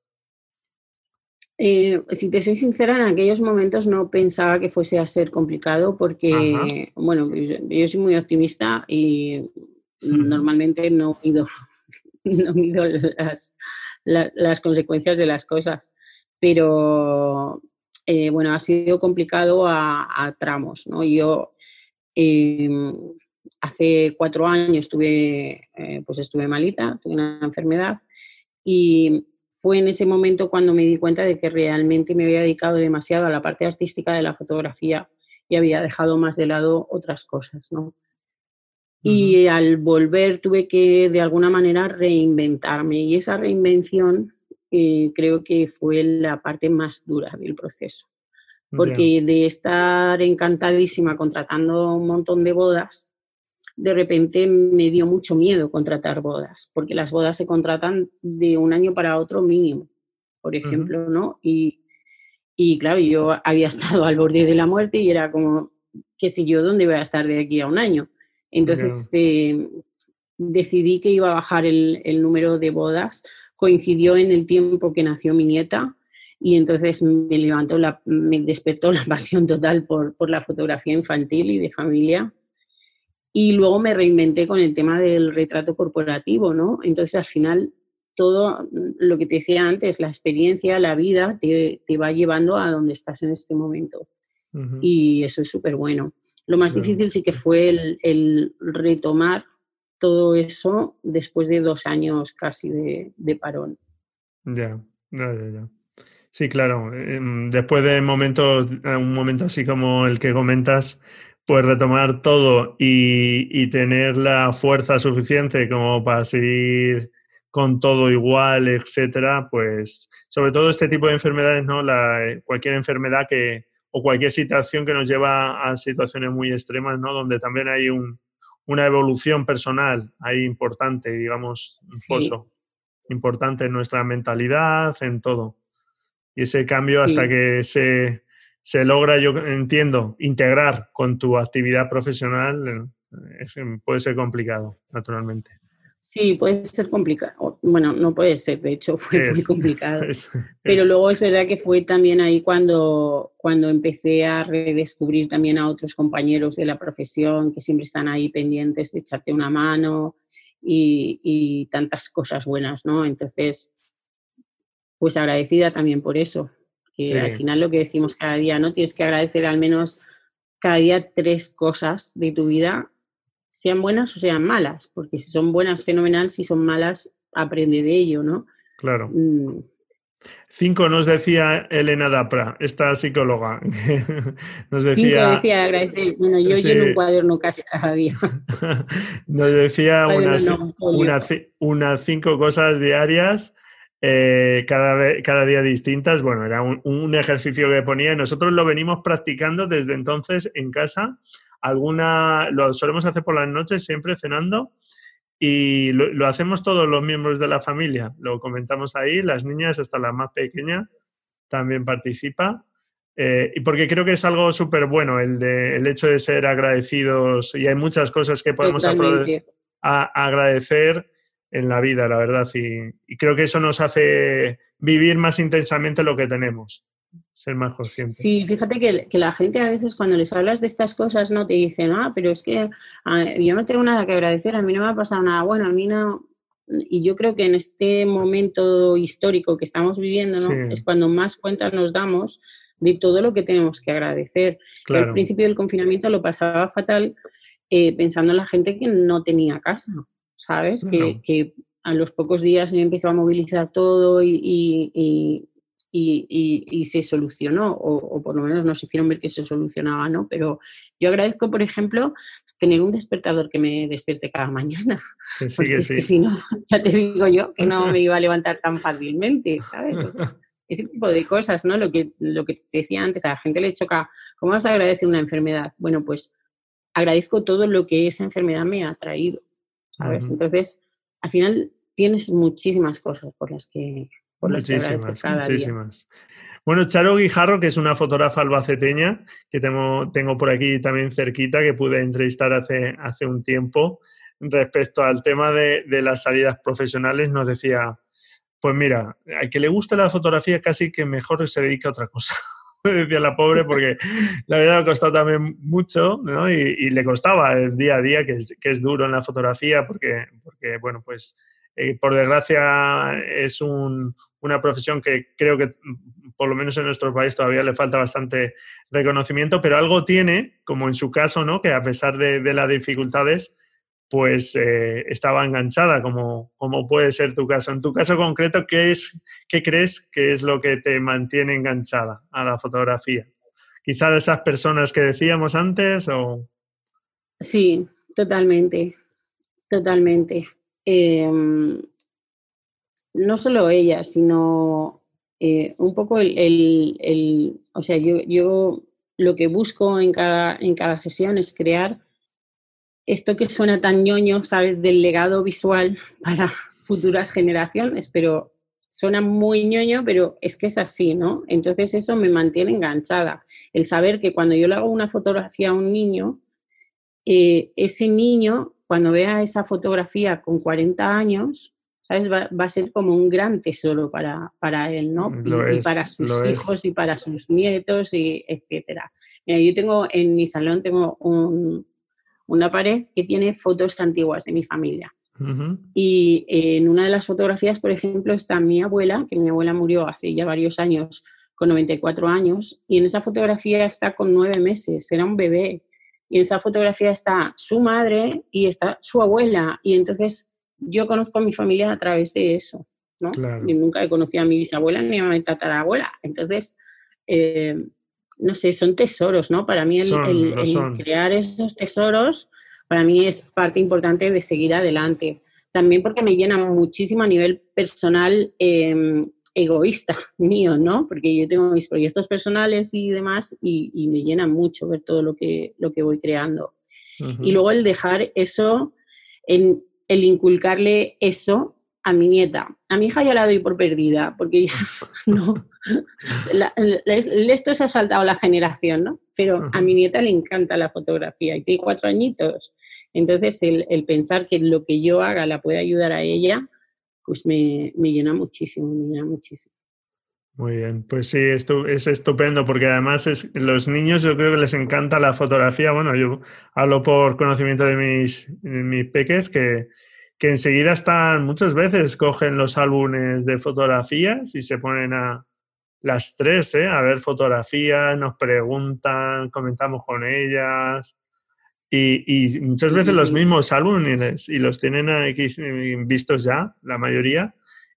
Eh, si te soy sincera, en aquellos momentos no pensaba que fuese a ser complicado porque, Ajá. bueno, yo soy muy optimista y normalmente no mido, no mido las, la, las consecuencias de las cosas, pero eh, bueno, ha sido complicado a, a tramos, ¿no? Yo eh, hace cuatro años estuve, eh, pues estuve malita, tuve una enfermedad y fue en ese momento cuando me di cuenta de que realmente me había dedicado demasiado a la parte artística de la fotografía y había dejado más de lado otras cosas, ¿no? Y uh-huh. al volver tuve que de alguna manera reinventarme y esa reinvención eh, creo que fue la parte más dura del proceso. Porque yeah. de estar encantadísima contratando un montón de bodas, de repente me dio mucho miedo contratar bodas, porque las bodas se contratan de un año para otro mínimo, por ejemplo, uh-huh. ¿no? Y, y claro, yo había estado al borde de la muerte y era como, qué sé yo, ¿dónde voy a estar de aquí a un año? Entonces yeah. eh, decidí que iba a bajar el, el número de bodas, coincidió en el tiempo que nació mi nieta y entonces me levantó, la, me despertó la pasión total por, por la fotografía infantil y de familia. Y luego me reinventé con el tema del retrato corporativo, ¿no? Entonces, al final, todo lo que te decía antes, la experiencia, la vida, te, te va llevando a donde estás en este momento. Uh-huh. Y eso es súper bueno. Lo más yeah. difícil sí que fue el, el retomar todo eso después de dos años casi de, de parón. Ya, ya, ya, ya. Sí, claro. Después de momentos, un momento así como el que comentas, pues retomar todo y, y tener la fuerza suficiente como para seguir con todo igual, etcétera, pues sobre todo este tipo de enfermedades, ¿no? La, cualquier enfermedad que o cualquier situación que nos lleva a situaciones muy extremas, ¿no? Donde también hay un, una evolución personal ahí importante, digamos, un pozo sí. importante en nuestra mentalidad, en todo. Y ese cambio sí. hasta que se, se logra, yo entiendo, integrar con tu actividad profesional, es, puede ser complicado, naturalmente. Sí, puede ser complicado. Bueno, no puede ser, de hecho fue es, muy complicado. Es, es. Pero luego es verdad que fue también ahí cuando, cuando empecé a redescubrir también a otros compañeros de la profesión que siempre están ahí pendientes de echarte una mano y, y tantas cosas buenas, ¿no? Entonces, pues agradecida también por eso, que sí. al final lo que decimos cada día, ¿no? Tienes que agradecer al menos cada día tres cosas de tu vida, sean buenas o sean malas, porque si son buenas, fenomenal, si son malas, aprende de ello, ¿no? Claro. Mm. Cinco nos decía Elena Dapra, esta psicóloga. Nos decía, Cinco decía agradecer. Bueno, yo sí. lleno un cuaderno casi cada día. Nos decía unas, no, unas, unas cinco cosas diarias eh, cada, vez, cada día distintas. Bueno, era un, un ejercicio que ponía y nosotros lo venimos practicando desde entonces en casa. Alguna, lo solemos hacer por las noches, siempre cenando, y lo, lo hacemos todos los miembros de la familia. Lo comentamos ahí, las niñas, hasta la más pequeña, también participa. Eh, y porque creo que es algo súper bueno el, de, el hecho de ser agradecidos, y hay muchas cosas que podemos apro- a, agradecer en la vida, la verdad, y, y creo que eso nos hace vivir más intensamente lo que tenemos, ser más conscientes. Sí, fíjate que, que la gente a veces cuando les hablas de estas cosas no te dicen, ah, pero es que ah, yo no tengo nada que agradecer, a mí no me ha pasado nada bueno, a mí no... Y yo creo que en este momento histórico que estamos viviendo, ¿no? Sí. Es cuando más cuenta nos damos de todo lo que tenemos que agradecer. Claro. Al principio del confinamiento lo pasaba fatal eh, pensando en la gente que no tenía casa, ¿sabes? Claro. Que, que a los pocos días se empezó a movilizar todo y, y, y, y, y, y se solucionó, o, o por lo menos nos hicieron ver que se solucionaba, ¿no? Pero yo agradezco, por ejemplo, tener un despertador que me despierte cada mañana. Sí, porque que es sí. que si no, ya te digo yo que no me iba a levantar tan fácilmente, ¿sabes? O sea, ese tipo de cosas, ¿no? Lo que, lo que te decía antes, a la gente le choca, ¿cómo vas a agradecer una enfermedad? Bueno, pues agradezco todo lo que esa enfermedad me ha traído, ¿sabes? Uh-huh. Entonces, al final tienes muchísimas cosas por las que, por las que agradecer cada muchísimas. Día. Bueno, Charo Guijarro, que es una fotógrafa albaceteña que tengo, tengo por aquí también cerquita, que pude entrevistar hace, hace un tiempo, respecto al tema de, de las salidas profesionales, nos decía, pues mira, al que le gusta la fotografía casi que mejor se dedica a otra cosa. Decía la pobre, porque la verdad le ha costado también mucho, ¿no? Y, y le costaba el día a día, que es, que es duro en la fotografía, porque, porque bueno, pues eh, por desgracia es un, una profesión que creo que por lo menos en nuestro país todavía le falta bastante reconocimiento, pero algo tiene, como en su caso, ¿no? Que a pesar de, de las dificultades, pues eh, estaba enganchada, como, como puede ser tu caso. En tu caso concreto, ¿qué es, qué crees que es lo que te mantiene enganchada a la fotografía? ¿Quizás esas personas que decíamos antes o...? Sí, totalmente, totalmente. Eh, no solo ellas, sino eh, un poco el, el, el... O sea, yo, yo lo que busco en cada, en cada sesión es crear esto que suena tan ñoño, ¿sabes?, del legado visual para futuras generaciones, pero suena muy ñoño, pero es que es así, ¿no? Entonces eso me mantiene enganchada. El saber que cuando yo le hago una fotografía a un niño, eh, ese niño, cuando vea esa fotografía con cuarenta años, ¿sabes?, va, va a ser como un gran tesoro para, para él, ¿no? Y, es, y para sus hijos es. Y para sus nietos, y etcétera. Mira, yo tengo, en mi salón tengo un... una pared que tiene fotos antiguas de mi familia. Uh-huh. Y en una de las fotografías, por ejemplo, está mi abuela, que mi abuela murió hace ya varios años, con noventa y cuatro años, y en esa fotografía está con nueve meses, era un bebé. Y en esa fotografía está su madre y está su abuela. Y entonces yo conozco a mi familia a través de eso, ¿no? Claro. Y nunca he conocido a mi bisabuela ni a mi tatarabuela. Entonces... Eh, no sé, son tesoros, ¿no? Para mí el, son, el, el crear esos tesoros, para mí es parte importante de seguir adelante. También porque me llena muchísimo a nivel personal, eh, egoísta mío, ¿no? Porque yo tengo mis proyectos personales y demás y, y me llena mucho ver todo lo que, lo que voy creando. Uh-huh. Y luego el dejar eso, en, el inculcarle eso a mi nieta. A mi hija ya la doy por perdida, porque ya no... La, la, esto se ha saltado la generación, ¿no? Pero a mi nieta le encanta la fotografía y tiene cuatro añitos. Entonces, el, el pensar que lo que yo haga la puede ayudar a ella, pues me, me llena muchísimo, me llena muchísimo. Muy bien, pues sí, esto es estupendo porque además es, los niños yo creo que les encanta la fotografía. Bueno, yo hablo por conocimiento de mis, de mis peques que, que enseguida están, muchas veces cogen los álbumes de fotografías y se ponen a las tres, ¿eh? A ver fotografías, nos preguntan, comentamos con ellas y, y muchas veces sí, sí, los sí. mismos álbumes y los tienen aquí vistos ya, la mayoría,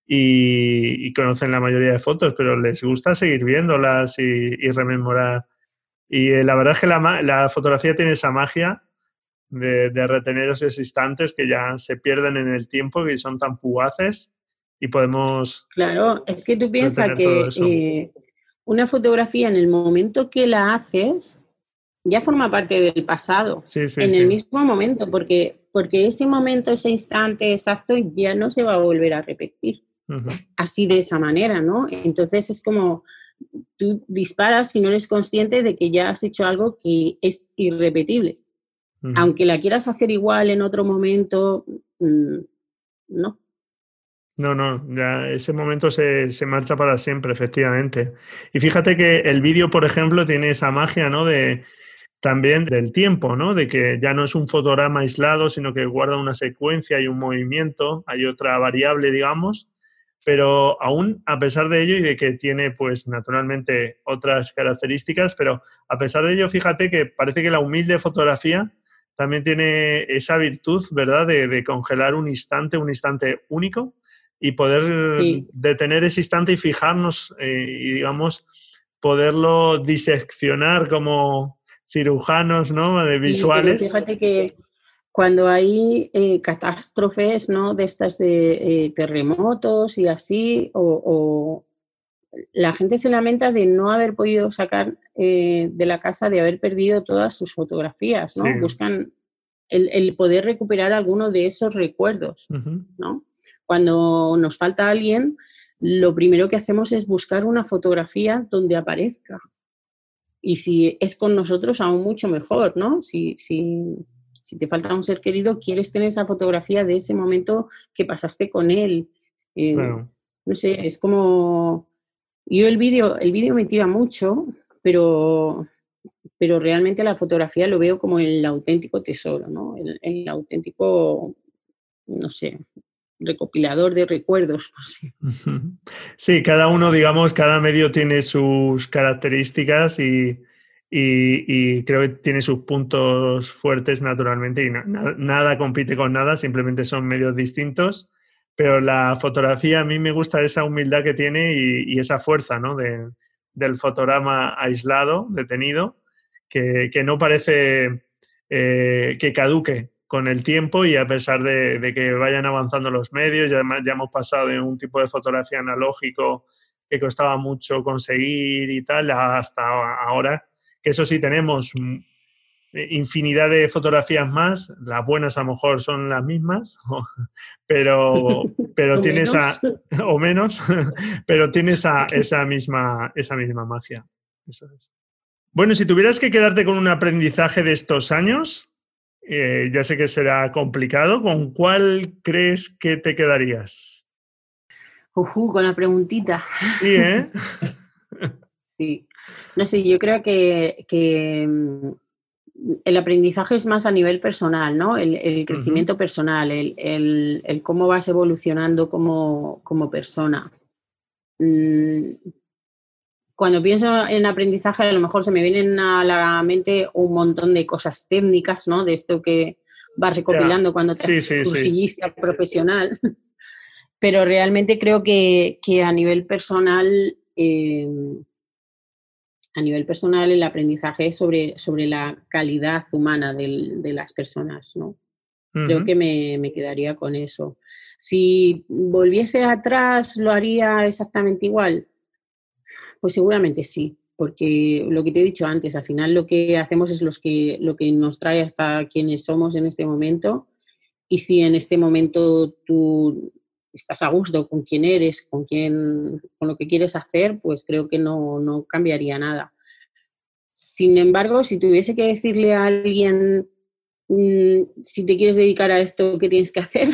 y, y conocen la mayoría de fotos, pero les gusta seguir viéndolas y, y rememorar. Y eh, la verdad es que la, la fotografía tiene esa magia de, de retener esos instantes que ya se pierden en el tiempo y son tan fugaces y podemos Claro, es que tú piensas retener todo que eso. eh, una fotografía en el momento que la haces ya forma parte del pasado, Sí, sí, en sí. el mismo momento, porque, porque ese momento, ese instante exacto ya no se va a volver a repetir. Uh-huh. Así de esa manera, ¿no? Entonces es como tú disparas y no eres consciente de que ya has hecho algo que es irrepetible. Uh-huh. Aunque la quieras hacer igual en otro momento, mmm, no. No, no, ya ese momento se, se marcha para siempre, efectivamente. Y fíjate que el vídeo, por ejemplo, tiene esa magia, ¿no? De también del tiempo, ¿no? De que ya no es un fotograma aislado, sino que guarda una secuencia y un movimiento, hay otra variable, digamos, pero aún a pesar de ello y de que tiene, pues, naturalmente otras características, pero a pesar de ello, fíjate que parece que la humilde fotografía también tiene esa virtud, ¿verdad?, de, de congelar un instante, un instante único y poder sí. detener ese instante y fijarnos eh, y, digamos, poderlo diseccionar como cirujanos, ¿no?, de visuales. Sí, pero fíjate que cuando hay eh, catástrofes, ¿no?, de estas de eh, terremotos y así, o, o la gente se lamenta de no haber podido sacar eh, de la casa, de haber perdido todas sus fotografías, ¿no? Sí. Buscan el, el poder recuperar alguno de esos recuerdos, uh-huh. ¿no? Cuando nos falta alguien, lo primero que hacemos es buscar una fotografía donde aparezca. Y si es con nosotros, aún mucho mejor, ¿no? Si, si, si te falta un ser querido, quieres tener esa fotografía de ese momento que pasaste con él. Eh, claro. No sé, es como... Yo el vídeo el vídeo me tira mucho, pero, pero realmente la fotografía lo veo como el auténtico tesoro, ¿no? El, el auténtico, no sé, recopilador de recuerdos, no sé. Sí, cada uno, digamos, cada medio tiene sus características y, y, y creo que tiene sus puntos fuertes naturalmente y na, nada compite con nada, simplemente son medios distintos, pero la fotografía a mí me gusta esa humildad que tiene y, y esa fuerza, ¿no?, de, del fotograma aislado, detenido, que, que no parece eh, que caduque con el tiempo y a pesar de, de que vayan avanzando los medios, ya, ya hemos pasado de un tipo de fotografía analógico que costaba mucho conseguir y tal, hasta ahora, que eso sí tenemos infinidad de fotografías más, las buenas a lo mejor son las mismas, pero, pero tiene esa, o menos, pero tiene esa, esa, misma, esa misma magia. Eso es. Bueno, si tuvieras que quedarte con un aprendizaje de estos años, Eh, ya sé que será complicado. ¿Con cuál crees que te quedarías? Ujú, con la preguntita. Sí, ¿eh? Sí. No sé, yo creo que, que el aprendizaje es más a nivel personal, ¿no? El, el crecimiento uh-huh. personal, el, el, el cómo vas evolucionando como, como persona. Mm. Cuando pienso en aprendizaje, a lo mejor se me vienen a la mente un montón de cosas técnicas, ¿no? De esto que vas recopilando yeah. cuando te sí, haces sí, cursillista sí. profesional. Pero realmente creo que, que a nivel personal, eh, a nivel personal el aprendizaje es sobre, sobre la calidad humana del, de las personas, ¿no? Uh-huh. Creo que me, me quedaría con eso. Si volviese atrás, ¿lo haría exactamente igual? Pues seguramente sí, porque lo que te he dicho antes, al final lo que hacemos es los que, lo que nos trae hasta quienes somos en este momento, y si en este momento tú estás a gusto con quién eres, con, quién, con lo que quieres hacer, pues creo que no, no cambiaría nada. Sin embargo, si tuviese que decirle a alguien, mmm, si te quieres dedicar a esto, ¿qué tienes que hacer?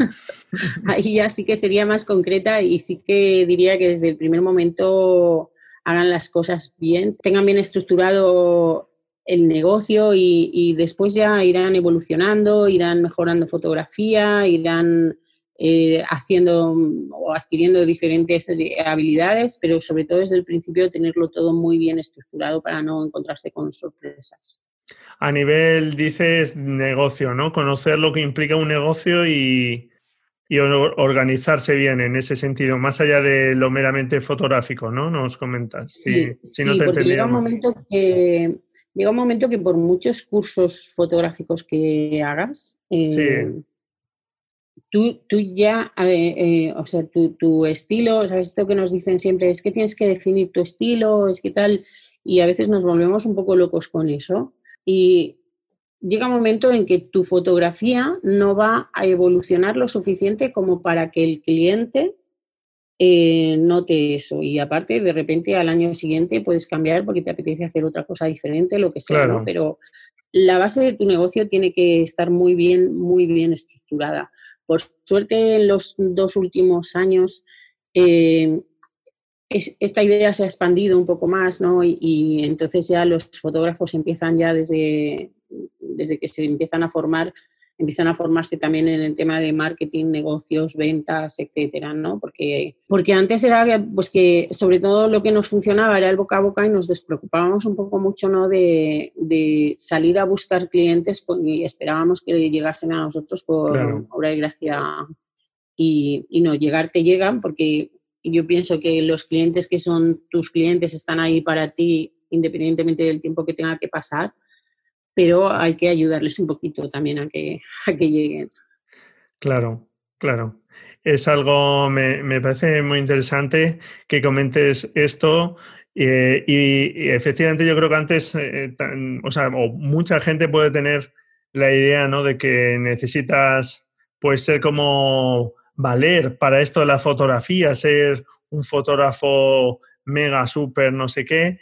Ahí ya sí que sería más concreta y sí que diría que desde el primer momento hagan las cosas bien, tengan bien estructurado el negocio y, y después ya irán evolucionando, irán mejorando fotografía, irán eh, haciendo o adquiriendo diferentes habilidades, pero sobre todo desde el principio tenerlo todo muy bien estructurado para no encontrarse con sorpresas. A nivel, dices, negocio, ¿no? Conocer lo que implica un negocio y... y organizarse bien en ese sentido, más allá de lo meramente fotográfico, ¿no? Nos comentas. Sí, si, sí, si no te porque llega un momento que llega un momento que por muchos cursos fotográficos que hagas, eh, sí. tú, tú ya, eh, eh, o sea, tu, tu estilo, ¿sabes? Esto que nos dicen siempre es que tienes que definir tu estilo, es que tal, y a veces nos volvemos un poco locos con eso. Y llega un momento en que tu fotografía no va a evolucionar lo suficiente como para que el cliente eh, note eso. Y aparte, de repente al año siguiente puedes cambiar porque te apetece hacer otra cosa diferente, lo que sea, ¿no? Claro, Pero la base de tu negocio tiene que estar muy bien, muy bien estructurada. Por suerte, en los dos últimos años, eh, es, esta idea se ha expandido un poco más, ¿no? Y, y entonces ya los fotógrafos empiezan ya desde, desde que se empiezan a formar, empiezan a formarse también en el tema de marketing, negocios, ventas, etcétera, ¿no? Porque, porque antes era pues que sobre todo lo que nos funcionaba era el boca a boca y nos despreocupábamos un poco mucho, ¿no? de, de salir a buscar clientes y esperábamos que llegasen a nosotros por claro. obra y gracia y, y no, llegar te llegan porque yo pienso que los clientes que son tus clientes están ahí para ti independientemente del tiempo que tenga que pasar, pero hay que ayudarles un poquito también a que, a que lleguen. Claro, claro. Es algo, me, me parece muy interesante que comentes esto eh, y, y efectivamente yo creo que antes, eh, tan, o sea, o mucha gente puede tener la idea, ¿no? De que necesitas, pues, ser como valer para esto de la fotografía, ser un fotógrafo mega, súper, no sé qué.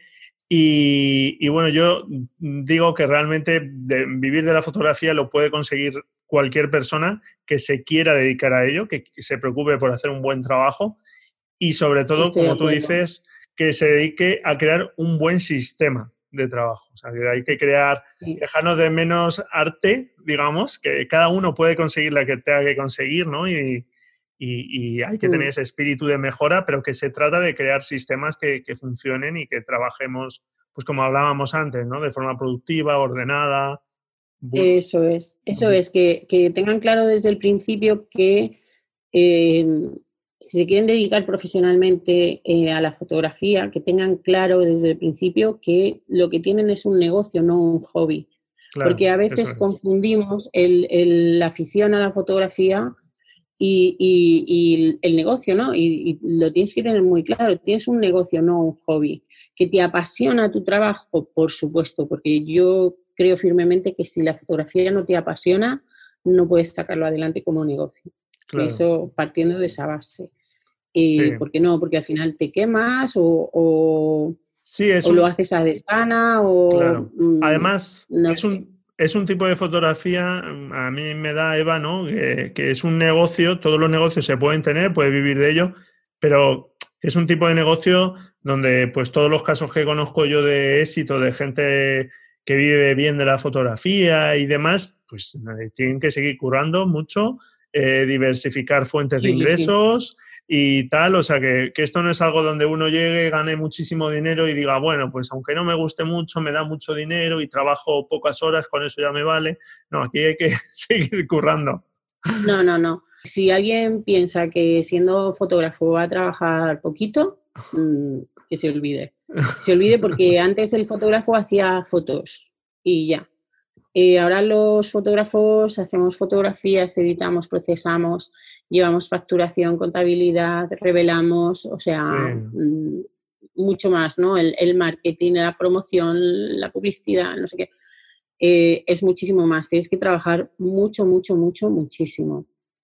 Y, y bueno, yo digo que realmente de, vivir de la fotografía lo puede conseguir cualquier persona que se quiera dedicar a ello, que, que se preocupe por hacer un buen trabajo y sobre todo, Estoy de como tú acuerdo. dices, que se dedique a crear un buen sistema de trabajo. O sea, que hay que crear, Sí, dejarnos de menos arte, digamos, que cada uno puede conseguir la que tenga que conseguir, ¿no? Y, y, y hay que tener mm. ese espíritu de mejora, pero que se trata de crear sistemas que, que funcionen y que trabajemos, pues como hablábamos antes, ¿no? De forma productiva, ordenada. Bu- Eso es, eso bu- es, que, que tengan claro desde el principio que eh, si se quieren dedicar profesionalmente eh, a la fotografía, que tengan claro desde el principio que lo que tienen es un negocio, no un hobby. Porque claro, a eso veces es. confundimos el, el, la afición a la fotografía y, y, y el negocio, ¿no? Y, y lo tienes que tener muy claro, tienes un negocio, no un hobby. ¿Que te apasiona tu trabajo? Por supuesto, porque yo creo firmemente que si la fotografía no te apasiona, no puedes sacarlo adelante como negocio. Claro, Eso partiendo de esa base. sí. Eh, ¿por qué no? Porque al final te quemas o, o, Sí, es o lo un, haces a desgana o... claro. Mmm, Además, no es sé. un, es un tipo de fotografía, mm, a mí me da Eva, ¿no? Que, que es un negocio, todos los negocios se pueden tener, puedes vivir de ello, pero es un tipo de negocio donde pues todos los casos que conozco yo de éxito, de gente que vive bien de la fotografía y demás, pues eh, tienen que seguir currando mucho, eh, diversificar fuentes de Sí, sí, sí. ingresos y tal, o sea que, que esto no es algo donde uno llegue, gane muchísimo dinero y diga, bueno, pues aunque no me guste mucho, me da mucho dinero y trabajo pocas horas, con eso ya me vale. No, aquí hay que seguir currando. No, no, no. Si alguien piensa que siendo fotógrafo va a trabajar poquito, mmm, que se olvide. Que se olvide porque antes el fotógrafo hacía fotos y ya. Eh, ahora los fotógrafos hacemos fotografías, editamos, procesamos, llevamos facturación, contabilidad, revelamos, o Sí, sea, mmm, mucho más, ¿no? El, el, marketing, la promoción, la publicidad, no sé qué. Eh, es muchísimo más. Tienes que trabajar mucho, mucho, mucho, muchísimo.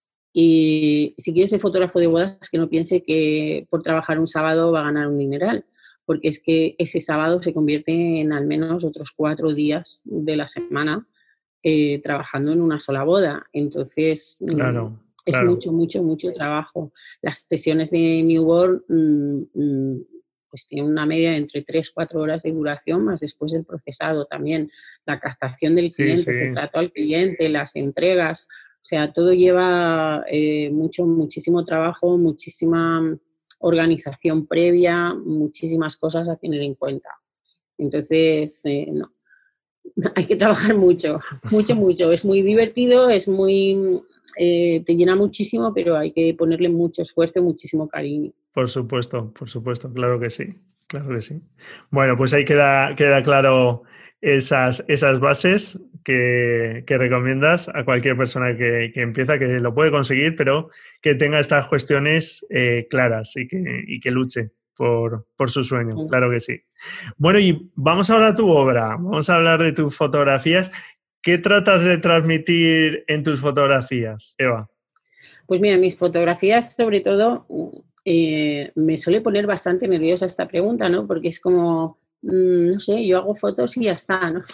Y si quieres ser fotógrafo de bodas, que no piense que por trabajar un sábado va a ganar un dineral, porque es que ese sábado se convierte en al menos otros cuatro días de la semana eh, trabajando en una sola boda. Entonces, mmm, claro, es claro. mucho, mucho, mucho trabajo. Las sesiones de newborn mmm, mmm, pues tienen una media de entre tres cuatro horas de duración, más después del procesado también, la captación del Sí, sí, cliente, el trato al cliente, las entregas, o sea, todo lleva eh, mucho, muchísimo trabajo, muchísima organización previa, muchísimas cosas a tener en cuenta. Entonces, eh, no, hay que trabajar mucho, mucho, mucho. Es muy divertido, es muy, eh, te llena muchísimo, pero hay que ponerle mucho esfuerzo, muchísimo cariño. por supuesto, por supuesto, claro que sí, claro que sí. Bueno, pues ahí queda, queda claro esas, esas bases que, que recomiendas a cualquier persona que, que empieza, que lo puede conseguir, pero que tenga estas cuestiones eh, claras y que, y que luche por, por su sueño, Sí. claro que sí. Bueno, y vamos ahora a tu obra, vamos a hablar de tus fotografías. ¿Qué tratas de transmitir en tus fotografías, Eva? Pues mira, mis fotografías, sobre todo, eh, me suele poner bastante nerviosa esta pregunta, ¿no? Porque es como, mmm, no sé, yo hago fotos y ya está, ¿no?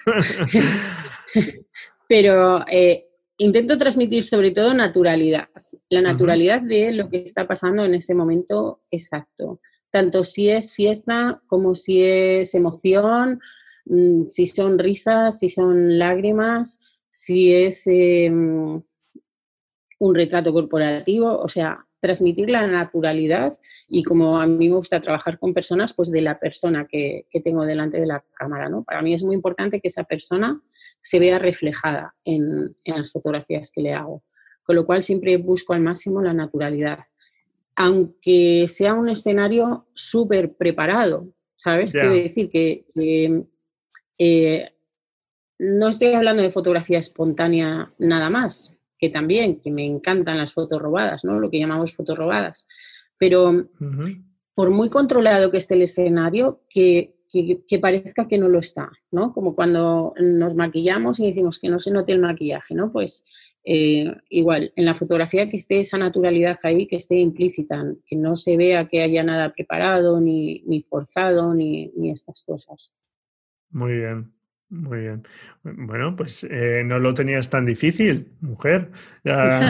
Pero eh, intento transmitir sobre todo naturalidad, la naturalidad uh-huh. de lo que está pasando en ese momento exacto. Tanto si es fiesta como si es emoción, si son risas, si son lágrimas, si es eh, un retrato corporativo, o sea, transmitir la naturalidad y como a mí me gusta trabajar con personas, pues de la persona que, que tengo delante de la cámara, ¿no? Para mí es muy importante que esa persona se vea reflejada en, en las fotografías que le hago, con lo cual siempre busco al máximo la naturalidad, aunque sea un escenario súper preparado, ¿sabes? Yeah. Quiero decir que, que eh, no estoy hablando de fotografía espontánea nada más, que también, que me encantan las fotos robadas, ¿no? Lo que llamamos fotos robadas. Pero uh-huh. por muy controlado que esté el escenario, que, que, que parezca que no lo está, ¿no? Como cuando nos maquillamos y decimos que no se note el maquillaje, ¿no? Pues eh, igual, en la fotografía que esté esa naturalidad ahí, que esté implícita, que no se vea que haya nada preparado, ni, ni forzado, ni, ni estas cosas. Muy bien. Muy bien. Bueno, pues eh, no lo tenías tan difícil, mujer. Ya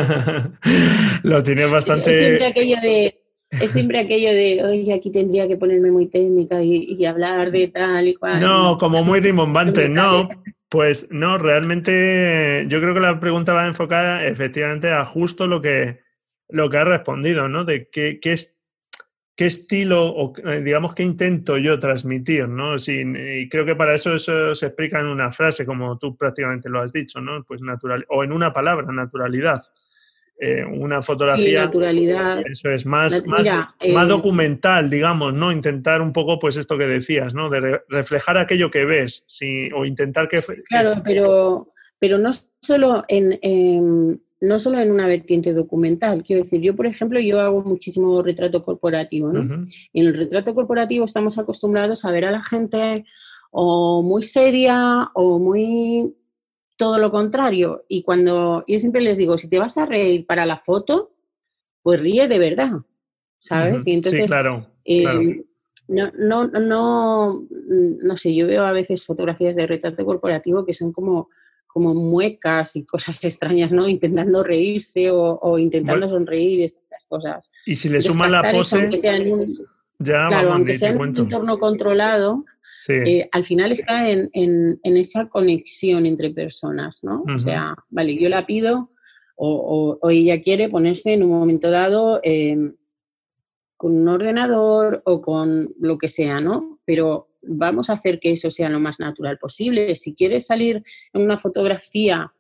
lo tienes bastante... Es siempre aquello de, es siempre aquello de, oye, aquí tendría que ponerme muy técnica y, y hablar de tal y cual. No, como muy rimbombante, no. Pues no, realmente yo creo que la pregunta va enfocada efectivamente a justo lo que, lo que has respondido, ¿no? De qué, qué es qué estilo o digamos qué intento yo transmitir, ¿no? Sí, y creo que para eso eso se explica en una frase, como tú prácticamente lo has dicho, ¿no? Pues natural, o en una palabra, naturalidad. Eh, una fotografía, sí, naturalidad. Eso es, más, Nat- más, mira, más eh, documental, digamos, ¿no? Intentar un poco, pues esto que decías, ¿no? De re- reflejar aquello que ves, sí, o intentar que... Claro, que... pero, pero no solo en... en no solo en una vertiente documental, quiero decir, yo por ejemplo, yo hago muchísimo retrato corporativo, ¿no? Uh-huh. Y en el retrato corporativo estamos acostumbrados a ver a la gente o muy seria o muy todo lo contrario. Y cuando yo siempre les digo, si te vas a reír para la foto, pues ríe de verdad, ¿sabes? Uh-huh. Y entonces, sí, claro, eh, claro. No, no, no, no sé, yo veo a veces fotografías de retrato corporativo que son como como muecas y cosas extrañas, ¿no? Intentando reírse o, o intentando bueno, sonreír, estas cosas. Y si le suman la pose, eso, aunque sea en un, ya claro, vamos, aunque ni sea te en cuento. un entorno controlado, sí. eh, al final está en, en, en esa conexión entre personas, ¿no? Uh-huh. O sea, vale, yo la pido o, o, o ella quiere ponerse en un momento dado eh, con un ordenador o con lo que sea, ¿no? Pero vamos a hacer que eso sea lo más natural posible. Si quieres salir en una fotografía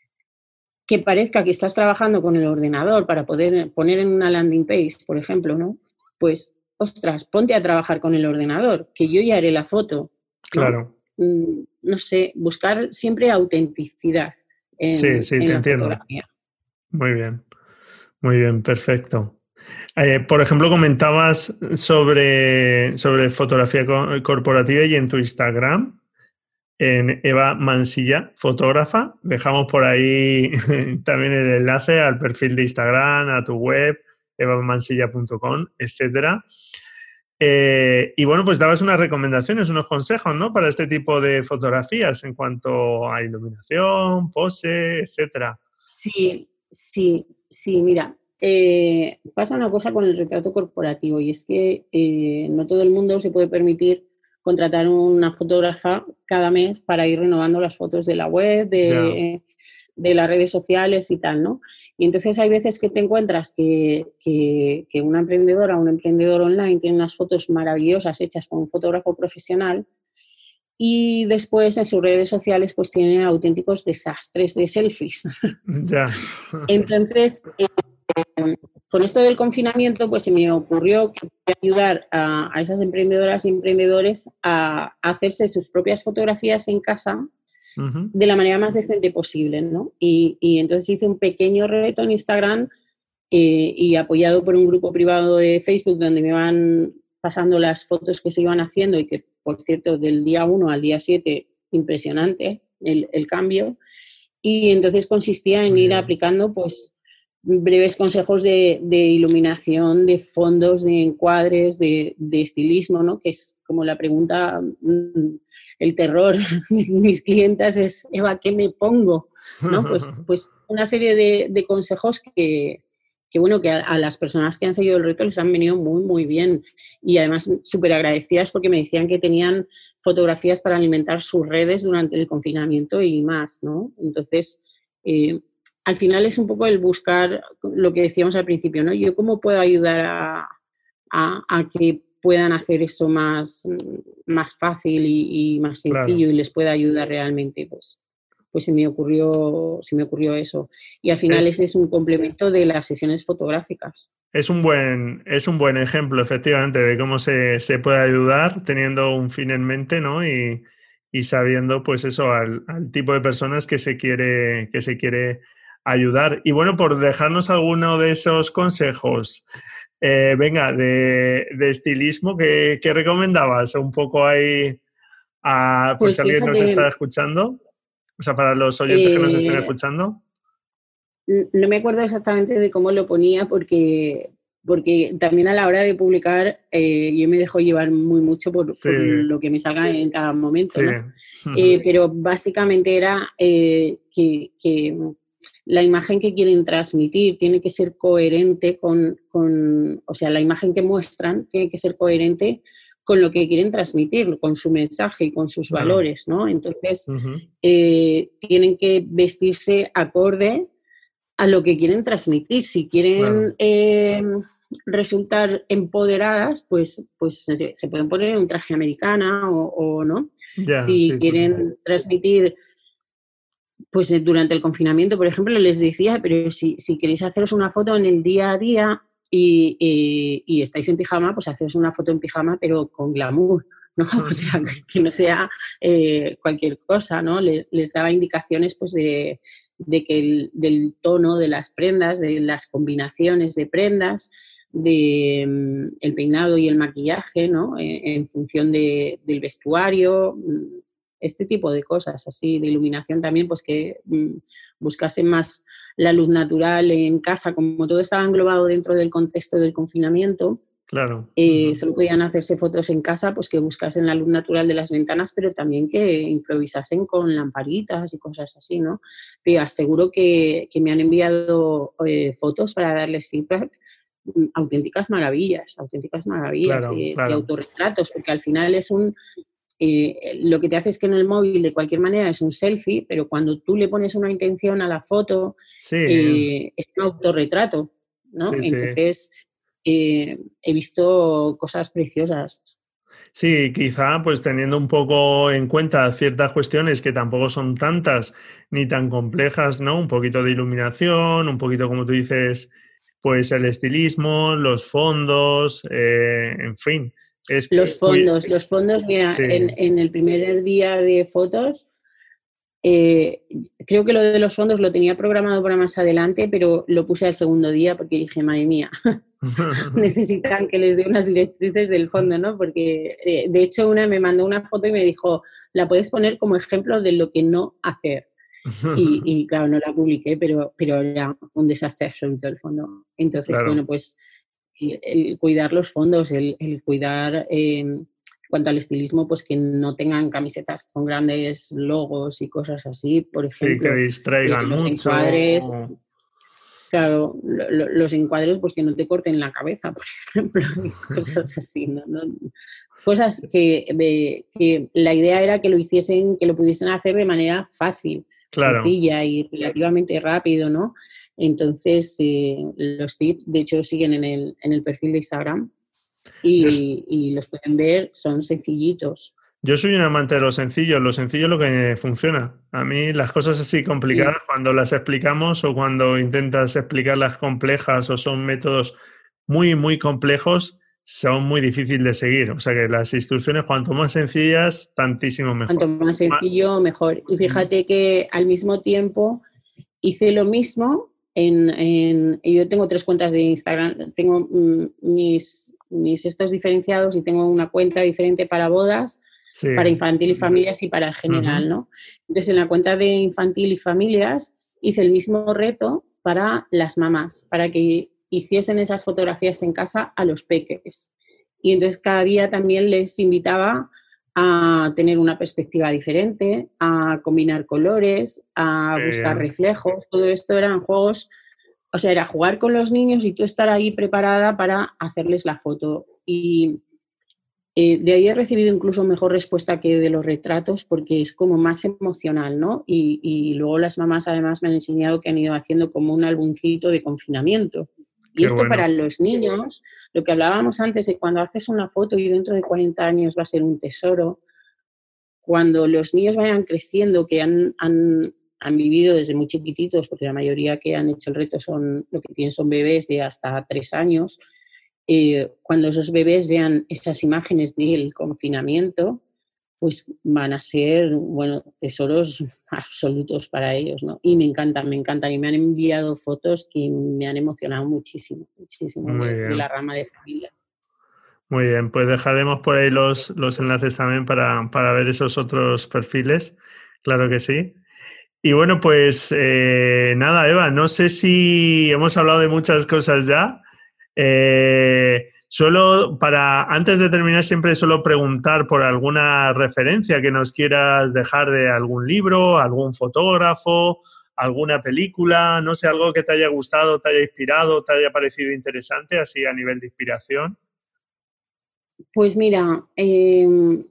que parezca que estás trabajando con el ordenador para poder poner en una landing page, por ejemplo, ¿no? Pues, ostras, ponte a trabajar con el ordenador, que yo ya haré la foto, ¿no? Claro. Mm, no sé, buscar siempre autenticidad en, sí, sí, en te la entiendo. fotografía. Muy bien, muy bien, perfecto. Eh, por ejemplo, comentabas sobre, sobre fotografía co- corporativa y en tu Instagram, en Eva Mansilla, fotógrafa. Dejamos por ahí también el enlace al perfil de Instagram, a tu web, eva mansilla punto com, etcétera. Eh, y bueno, pues dabas unas recomendaciones, unos consejos, ¿no? Para este tipo de fotografías en cuanto a iluminación, pose, etcétera. Sí, sí, sí, mira. Eh, pasa una cosa con el retrato corporativo y es que eh, no todo el mundo se puede permitir contratar una fotógrafa cada mes para ir renovando las fotos de la web, de, de las redes sociales y tal, ¿no? Y entonces hay veces que te encuentras que, que, que una emprendedora o un emprendedor online tiene unas fotos maravillosas hechas por un fotógrafo profesional y después en sus redes sociales pues tiene auténticos desastres de selfies. Ya. Entonces, eh, con esto del confinamiento, pues se me ocurrió que podía ayudar a, a esas emprendedoras y emprendedores a, a hacerse sus propias fotografías en casa uh-huh. de la manera más decente posible, ¿no? Y, y entonces hice un pequeño reto en Instagram eh, y apoyado por un grupo privado de Facebook donde me van pasando las fotos que se iban haciendo y que, por cierto, del día uno al día siete, impresionante el, el cambio. Y entonces consistía en ir aplicando, pues, breves consejos de, de iluminación, de fondos, de encuadres, de, de estilismo, ¿no? Que es como la pregunta, el terror de mis clientas es, Eva, ¿qué me pongo? ¿No? Pues, pues una serie de, de consejos que, que, bueno, que a, a las personas que han seguido el reto les han venido muy, muy bien. Y además súper agradecidas porque me decían que tenían fotografías para alimentar sus redes durante el confinamiento y más, ¿no? Entonces, eh, al final es un poco el buscar lo que decíamos al principio, ¿no? Yo cómo puedo ayudar a, a, a que puedan hacer eso más, más fácil y, y más sencillo, claro, y les pueda ayudar realmente, pues, pues se me ocurrió, se me ocurrió eso. Y al final es, ese es un complemento de las sesiones fotográficas. Es un buen, es un buen ejemplo, efectivamente, de cómo se, se puede ayudar teniendo un fin en mente, ¿no? Y, y sabiendo, pues eso, al, al tipo de personas que se quiere, que se quiere ayudar. Y bueno, por dejarnos alguno de esos consejos, eh, venga, de, de estilismo, ¿qué, qué recomendabas? Un poco ahí, a, pues, pues si alguien nos está escuchando, o sea, para los oyentes eh, que nos estén escuchando. No me acuerdo exactamente de cómo lo ponía porque, porque también a la hora de publicar eh, yo me dejo llevar muy mucho por, sí. por lo que me salga en cada momento, sí. ¿no? Uh-huh. Eh, pero básicamente era eh, que... que la imagen que quieren transmitir tiene que ser coherente con, con, o sea, la imagen que muestran tiene que ser coherente con lo que quieren transmitir, con su mensaje y con sus claro. valores, ¿no? Entonces, uh-huh. eh, tienen que vestirse acorde a lo que quieren transmitir. Si quieren claro. eh, resultar empoderadas, pues, pues se, se pueden poner un traje americana o, o no. Ya, si sí, quieren sí. transmitir... Pues durante el confinamiento, por ejemplo, les decía, pero si, si queréis haceros una foto en el día a día y, y, y estáis en pijama, pues haceros una foto en pijama, pero con glamour, ¿no? O sea, que no sea eh, cualquier cosa, ¿no? Les, les daba indicaciones, pues, de, de que el, del tono de las prendas, de las combinaciones de prendas, de um, el peinado y el maquillaje, ¿no? En, en función de, del vestuario, este tipo de cosas, así de iluminación también, pues que mmm, buscasen más la luz natural en casa, como todo estaba englobado dentro del contexto del confinamiento. Claro. Eh, Uh-huh. Solo podían hacerse fotos en casa, pues que buscasen la luz natural de las ventanas, pero también que improvisasen con lamparitas y cosas así, ¿no? Te aseguro que, que me han enviado eh, fotos para darles feedback, auténticas maravillas, auténticas maravillas claro, de, claro. de autorretratos, porque al final es un... Eh, lo que te hace es que en el móvil de cualquier manera es un selfie, pero cuando tú le pones una intención a la foto, sí. eh, es un autorretrato, ¿no? Sí, Entonces, sí. eh, he visto cosas preciosas. Sí, quizá pues teniendo un poco en cuenta ciertas cuestiones que tampoco son tantas ni tan complejas, ¿no? Un poquito de iluminación, un poquito, como tú dices, pues el estilismo, los fondos, eh, en fin. Es los fondos, los fondos, mira, sí. en, en el primer día de fotos, eh, creo que lo de los fondos lo tenía programado para más adelante, pero lo puse al segundo día porque dije, madre mía, necesitan que les dé unas directrices del fondo, ¿no? Porque eh, de hecho una me mandó una foto y me dijo, la puedes poner como ejemplo de lo que no hacer. Y, y claro, no la publiqué, pero, pero era un desastre absoluto el fondo. Entonces, claro. bueno, pues el, el cuidar los fondos, el, el cuidar, eh, en cuanto al estilismo, pues que no tengan camisetas con grandes logos y cosas así, por ejemplo. Sí, que distraigan eh, los mucho. Encuadres, claro, lo, lo, los encuadres, pues que no te corten la cabeza, por ejemplo, y cosas así, ¿no? ¿no? Cosas que, de, que la idea era que lo hiciesen, que lo pudiesen hacer de manera fácil, claro. sencilla y relativamente rápido, ¿no? Entonces, eh, los tips, de hecho, siguen en el, en el perfil de Instagram y, y los pueden ver, son sencillitos. Yo soy un amante de lo sencillo, lo sencillo es lo que funciona. A mí las cosas así complicadas, Sí. cuando las explicamos o cuando intentas explicarlas complejas o son métodos muy, muy complejos, son muy difíciles de seguir. O sea que las instrucciones, cuanto más sencillas, tantísimo Cuanto mejor. más sencillo, mejor. Y fíjate que al mismo tiempo hice lo mismo en, en yo tengo tres cuentas de Instagram, tengo mm, mis, mis estos diferenciados y tengo una cuenta diferente para bodas, Sí. para infantil y familias y para general, Uh-huh. ¿no? Entonces en la cuenta de infantil y familias hice el mismo reto para las mamás, para que hiciesen esas fotografías en casa a los peques. Y entonces cada día también les invitaba a tener una perspectiva diferente, a combinar colores, a buscar Eh, reflejos. Todo esto eran juegos, o sea, era jugar con los niños y tú estar ahí preparada para hacerles la foto. Y eh, de ahí he recibido incluso mejor respuesta que de los retratos porque es como más emocional, ¿no? Y, y luego las mamás además me han enseñado que han ido haciendo como un álbumcito de confinamiento. Y qué esto bueno. para los niños, lo que hablábamos antes de cuando haces una foto y dentro de cuarenta años va a ser un tesoro, cuando los niños vayan creciendo, que han, han, han vivido desde muy chiquititos, porque la mayoría que han hecho el reto son, lo que tienen son bebés de hasta tres años, eh, cuando esos bebés vean esas imágenes del confinamiento, pues van a ser, bueno, tesoros absolutos para ellos, ¿no? Y me encantan, me encantan. Y me han enviado fotos que me han emocionado muchísimo, muchísimo Muy de, de la bien. rama de familia. Muy bien, pues dejaremos por ahí los, los enlaces también para, para ver esos otros perfiles. Claro que sí. Y bueno, pues eh, nada, Eva, no sé si hemos hablado de muchas cosas ya. Eh, solo para, antes de terminar, siempre suelo preguntar por alguna referencia que nos quieras dejar de algún libro, algún fotógrafo, alguna película, no sé, algo que te haya gustado, te haya inspirado, te haya parecido interesante, así a nivel de inspiración. Pues mira, eh,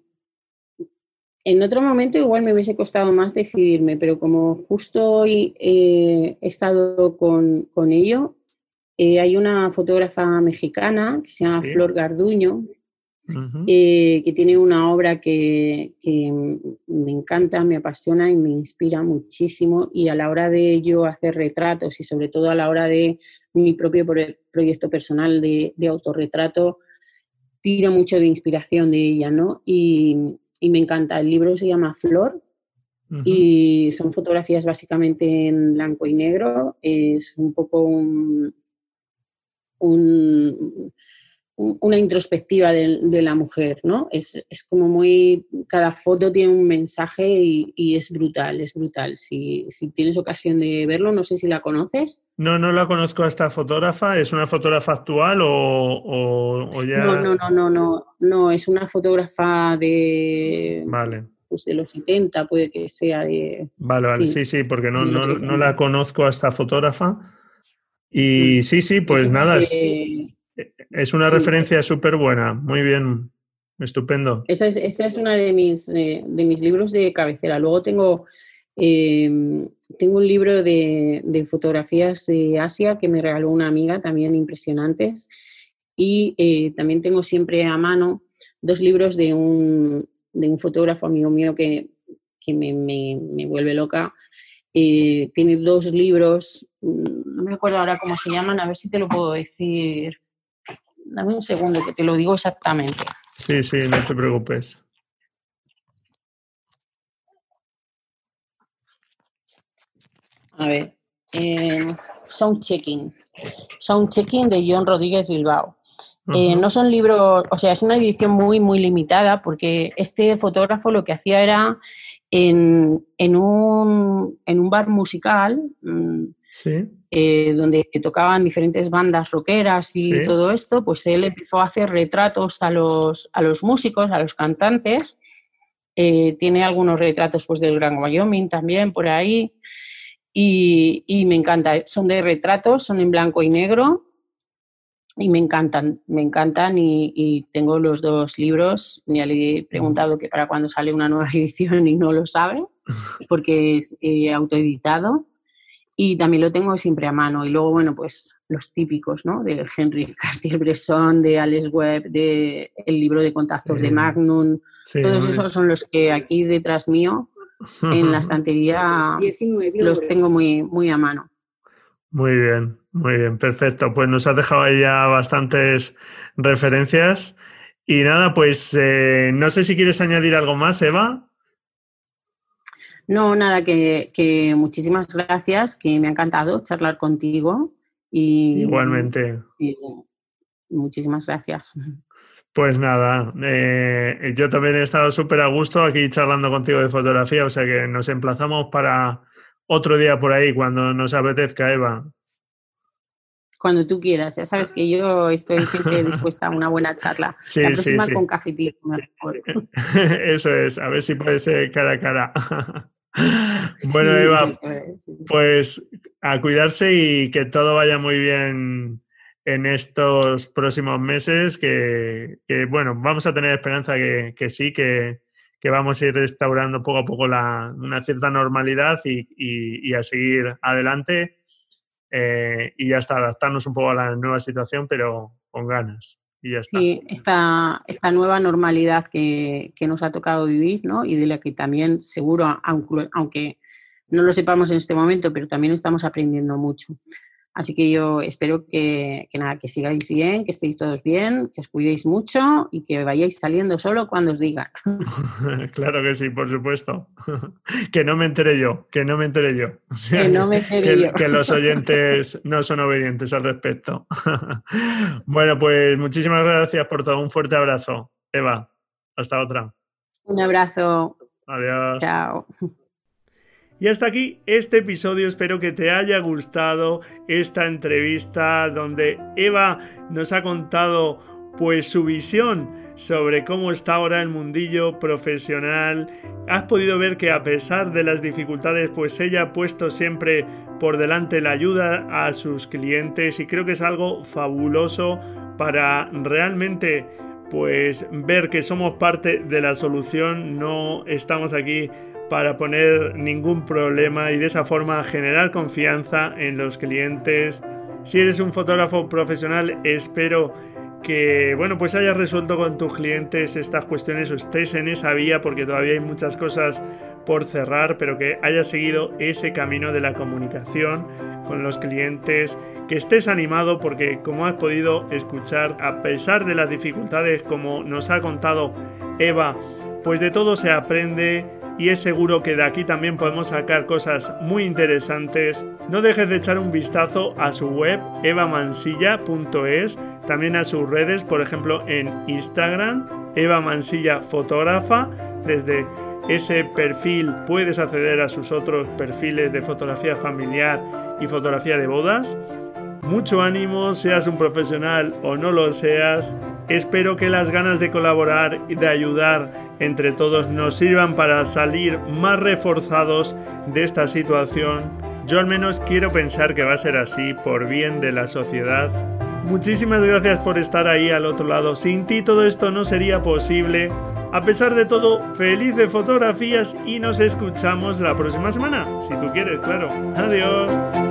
en otro momento igual me hubiese costado más decidirme, pero como justo hoy eh, he estado con, con ello, eh, hay una fotógrafa mexicana que se llama Sí. Flor Garduño, Uh-huh. eh, que tiene una obra que, que me encanta, me apasiona y me inspira muchísimo. Y a la hora de yo hacer retratos y sobre todo a la hora de mi propio pro- proyecto personal de, de autorretrato, tiro mucho de inspiración de ella, ¿no? Y, y me encanta. El libro se llama Flor Uh-huh. y son fotografías básicamente en blanco y negro. Es un poco un, un, una introspectiva de, de, la mujer, ¿no? Es, es, como muy... Cada foto tiene un mensaje y, y es brutal, es brutal. Si, si tienes ocasión de verlo, no sé si la conoces. No, no la conozco a esta fotógrafa. ¿Es una fotógrafa actual o, o, o No, ya...? no, no, no, no, no, es una fotógrafa de, Vale, pues de los setenta, puede que sea de... vale, vale. Sí, Sí, sí, porque no, de no, los no setenta. la conozco a esta fotógrafa. Mm. Y sí, sí, Es pues una nada, es, de... es una Sí, referencia súper buena. Muy bien, estupendo. esa es, esa es una de mis, de, de mis libros de cabecera. Luego tengo, eh, tengo un libro de, de fotografías de Asia que me regaló una amiga, también impresionantes. Y eh, también tengo siempre a mano dos libros de un, de un fotógrafo amigo mío que, que me, me, me vuelve loca. Eh, tiene dos libros, no me acuerdo ahora cómo se llaman, a ver si te lo puedo decir. Dame un segundo que te lo digo exactamente. Sí, sí, no te preocupes. A ver, eh, Soundchecking. Soundchecking de John Rodríguez Bilbao. Eh, Uh-huh. no son libros, o sea, es una edición muy, muy limitada porque este fotógrafo lo que hacía era en, en, un, en un bar musical Sí, eh, donde tocaban diferentes bandas rockeras y sí. todo esto, pues él empezó a hacer retratos a los, a los músicos, a los cantantes. Eh, tiene algunos retratos pues, del Gran Wyoming también por ahí. Y, y me encanta, son de retratos, son en blanco y negro y me encantan, me encantan y, y tengo los dos libros. Ya le he preguntado que para cuándo sale una nueva edición y no lo sabe porque es eh, autoeditado y también lo tengo siempre a mano. Y luego, bueno, pues los típicos, ¿no? De Henry Cartier-Bresson, de Alex Webb, de el libro de contactos sí. de Magnum. Sí, todos esos son los que aquí detrás mío, en la estantería, los tengo muy, muy a mano. Muy bien, muy bien, perfecto. Pues nos has dejado ahí ya bastantes referencias. Y nada, pues eh, no sé si quieres añadir algo más, Eva. No, nada, que, que muchísimas gracias, que me ha encantado charlar contigo. Y, igualmente. Y, y muchísimas gracias. Pues nada, eh, yo también he estado súper a gusto aquí charlando contigo de fotografía, o sea que nos emplazamos para otro día por ahí, cuando nos apetezca, Eva. Cuando tú quieras, ya sabes que yo estoy siempre dispuesta a una buena charla. Sí, la próxima sí, sí. con cafetito, mejor. Eso es, a ver si puede ser cara a cara. Bueno, sí, Eva, pues a cuidarse y que todo vaya muy bien en estos próximos meses, que, que bueno, vamos a tener esperanza que, que sí, que, que vamos a ir restaurando poco a poco la, una cierta normalidad y, y, y a seguir adelante eh, y ya está, adaptarnos un poco a la nueva situación, pero con ganas. Y ya está. Sí, esta, esta nueva normalidad que, que nos ha tocado vivir, ¿no? Y de la que también seguro, aunque, aunque no lo sepamos en este momento, pero también estamos aprendiendo mucho. Así que yo espero que, que nada, que sigáis bien, que estéis todos bien, que os cuidéis mucho y que vayáis saliendo solo cuando os digan. Claro que sí, por supuesto. Que no me entere yo, que no me entere yo. O sea, que no me entere que, yo. Que los oyentes no son obedientes al respecto. Bueno, pues muchísimas gracias por todo. Un fuerte abrazo, Eva. Hasta otra. Un abrazo. Adiós. Chao. Y hasta aquí este episodio, espero que te haya gustado esta entrevista donde Eva nos ha contado pues su visión sobre cómo está ahora el mundillo profesional. Has podido ver que a pesar de las dificultades, pues ella ha puesto siempre por delante la ayuda a sus clientes y creo que es algo fabuloso para realmente pues ver que somos parte de la solución, no estamos aquí para poner ningún problema y de esa forma generar confianza en los clientes. Si eres un fotógrafo profesional, espero que bueno, pues hayas resuelto con tus clientes estas cuestiones o estés en esa vía, porque todavía hay muchas cosas por cerrar, pero que hayas seguido ese camino de la comunicación con los clientes, que estés animado porque, como has podido escuchar, a pesar de las dificultades, como nos ha contado Eva, pues de todo se aprende. Y es seguro que de aquí también podemos sacar cosas muy interesantes. No dejes de echar un vistazo a su web eva mansilla punto es, también a sus redes, por ejemplo en Instagram, Eva Mansilla Fotógrafa. Desde ese perfil puedes acceder a sus otros perfiles de fotografía familiar y fotografía de bodas. Mucho ánimo, seas un profesional o no lo seas. Espero que las ganas de colaborar y de ayudar entre todos nos sirvan para salir más reforzados de esta situación. Yo al menos quiero pensar que va a ser así por bien de la sociedad. Muchísimas gracias por estar ahí al otro lado. Sin ti todo esto no sería posible. A pesar de todo, feliz de fotografías y nos escuchamos la próxima semana. Si tú quieres, claro. Adiós.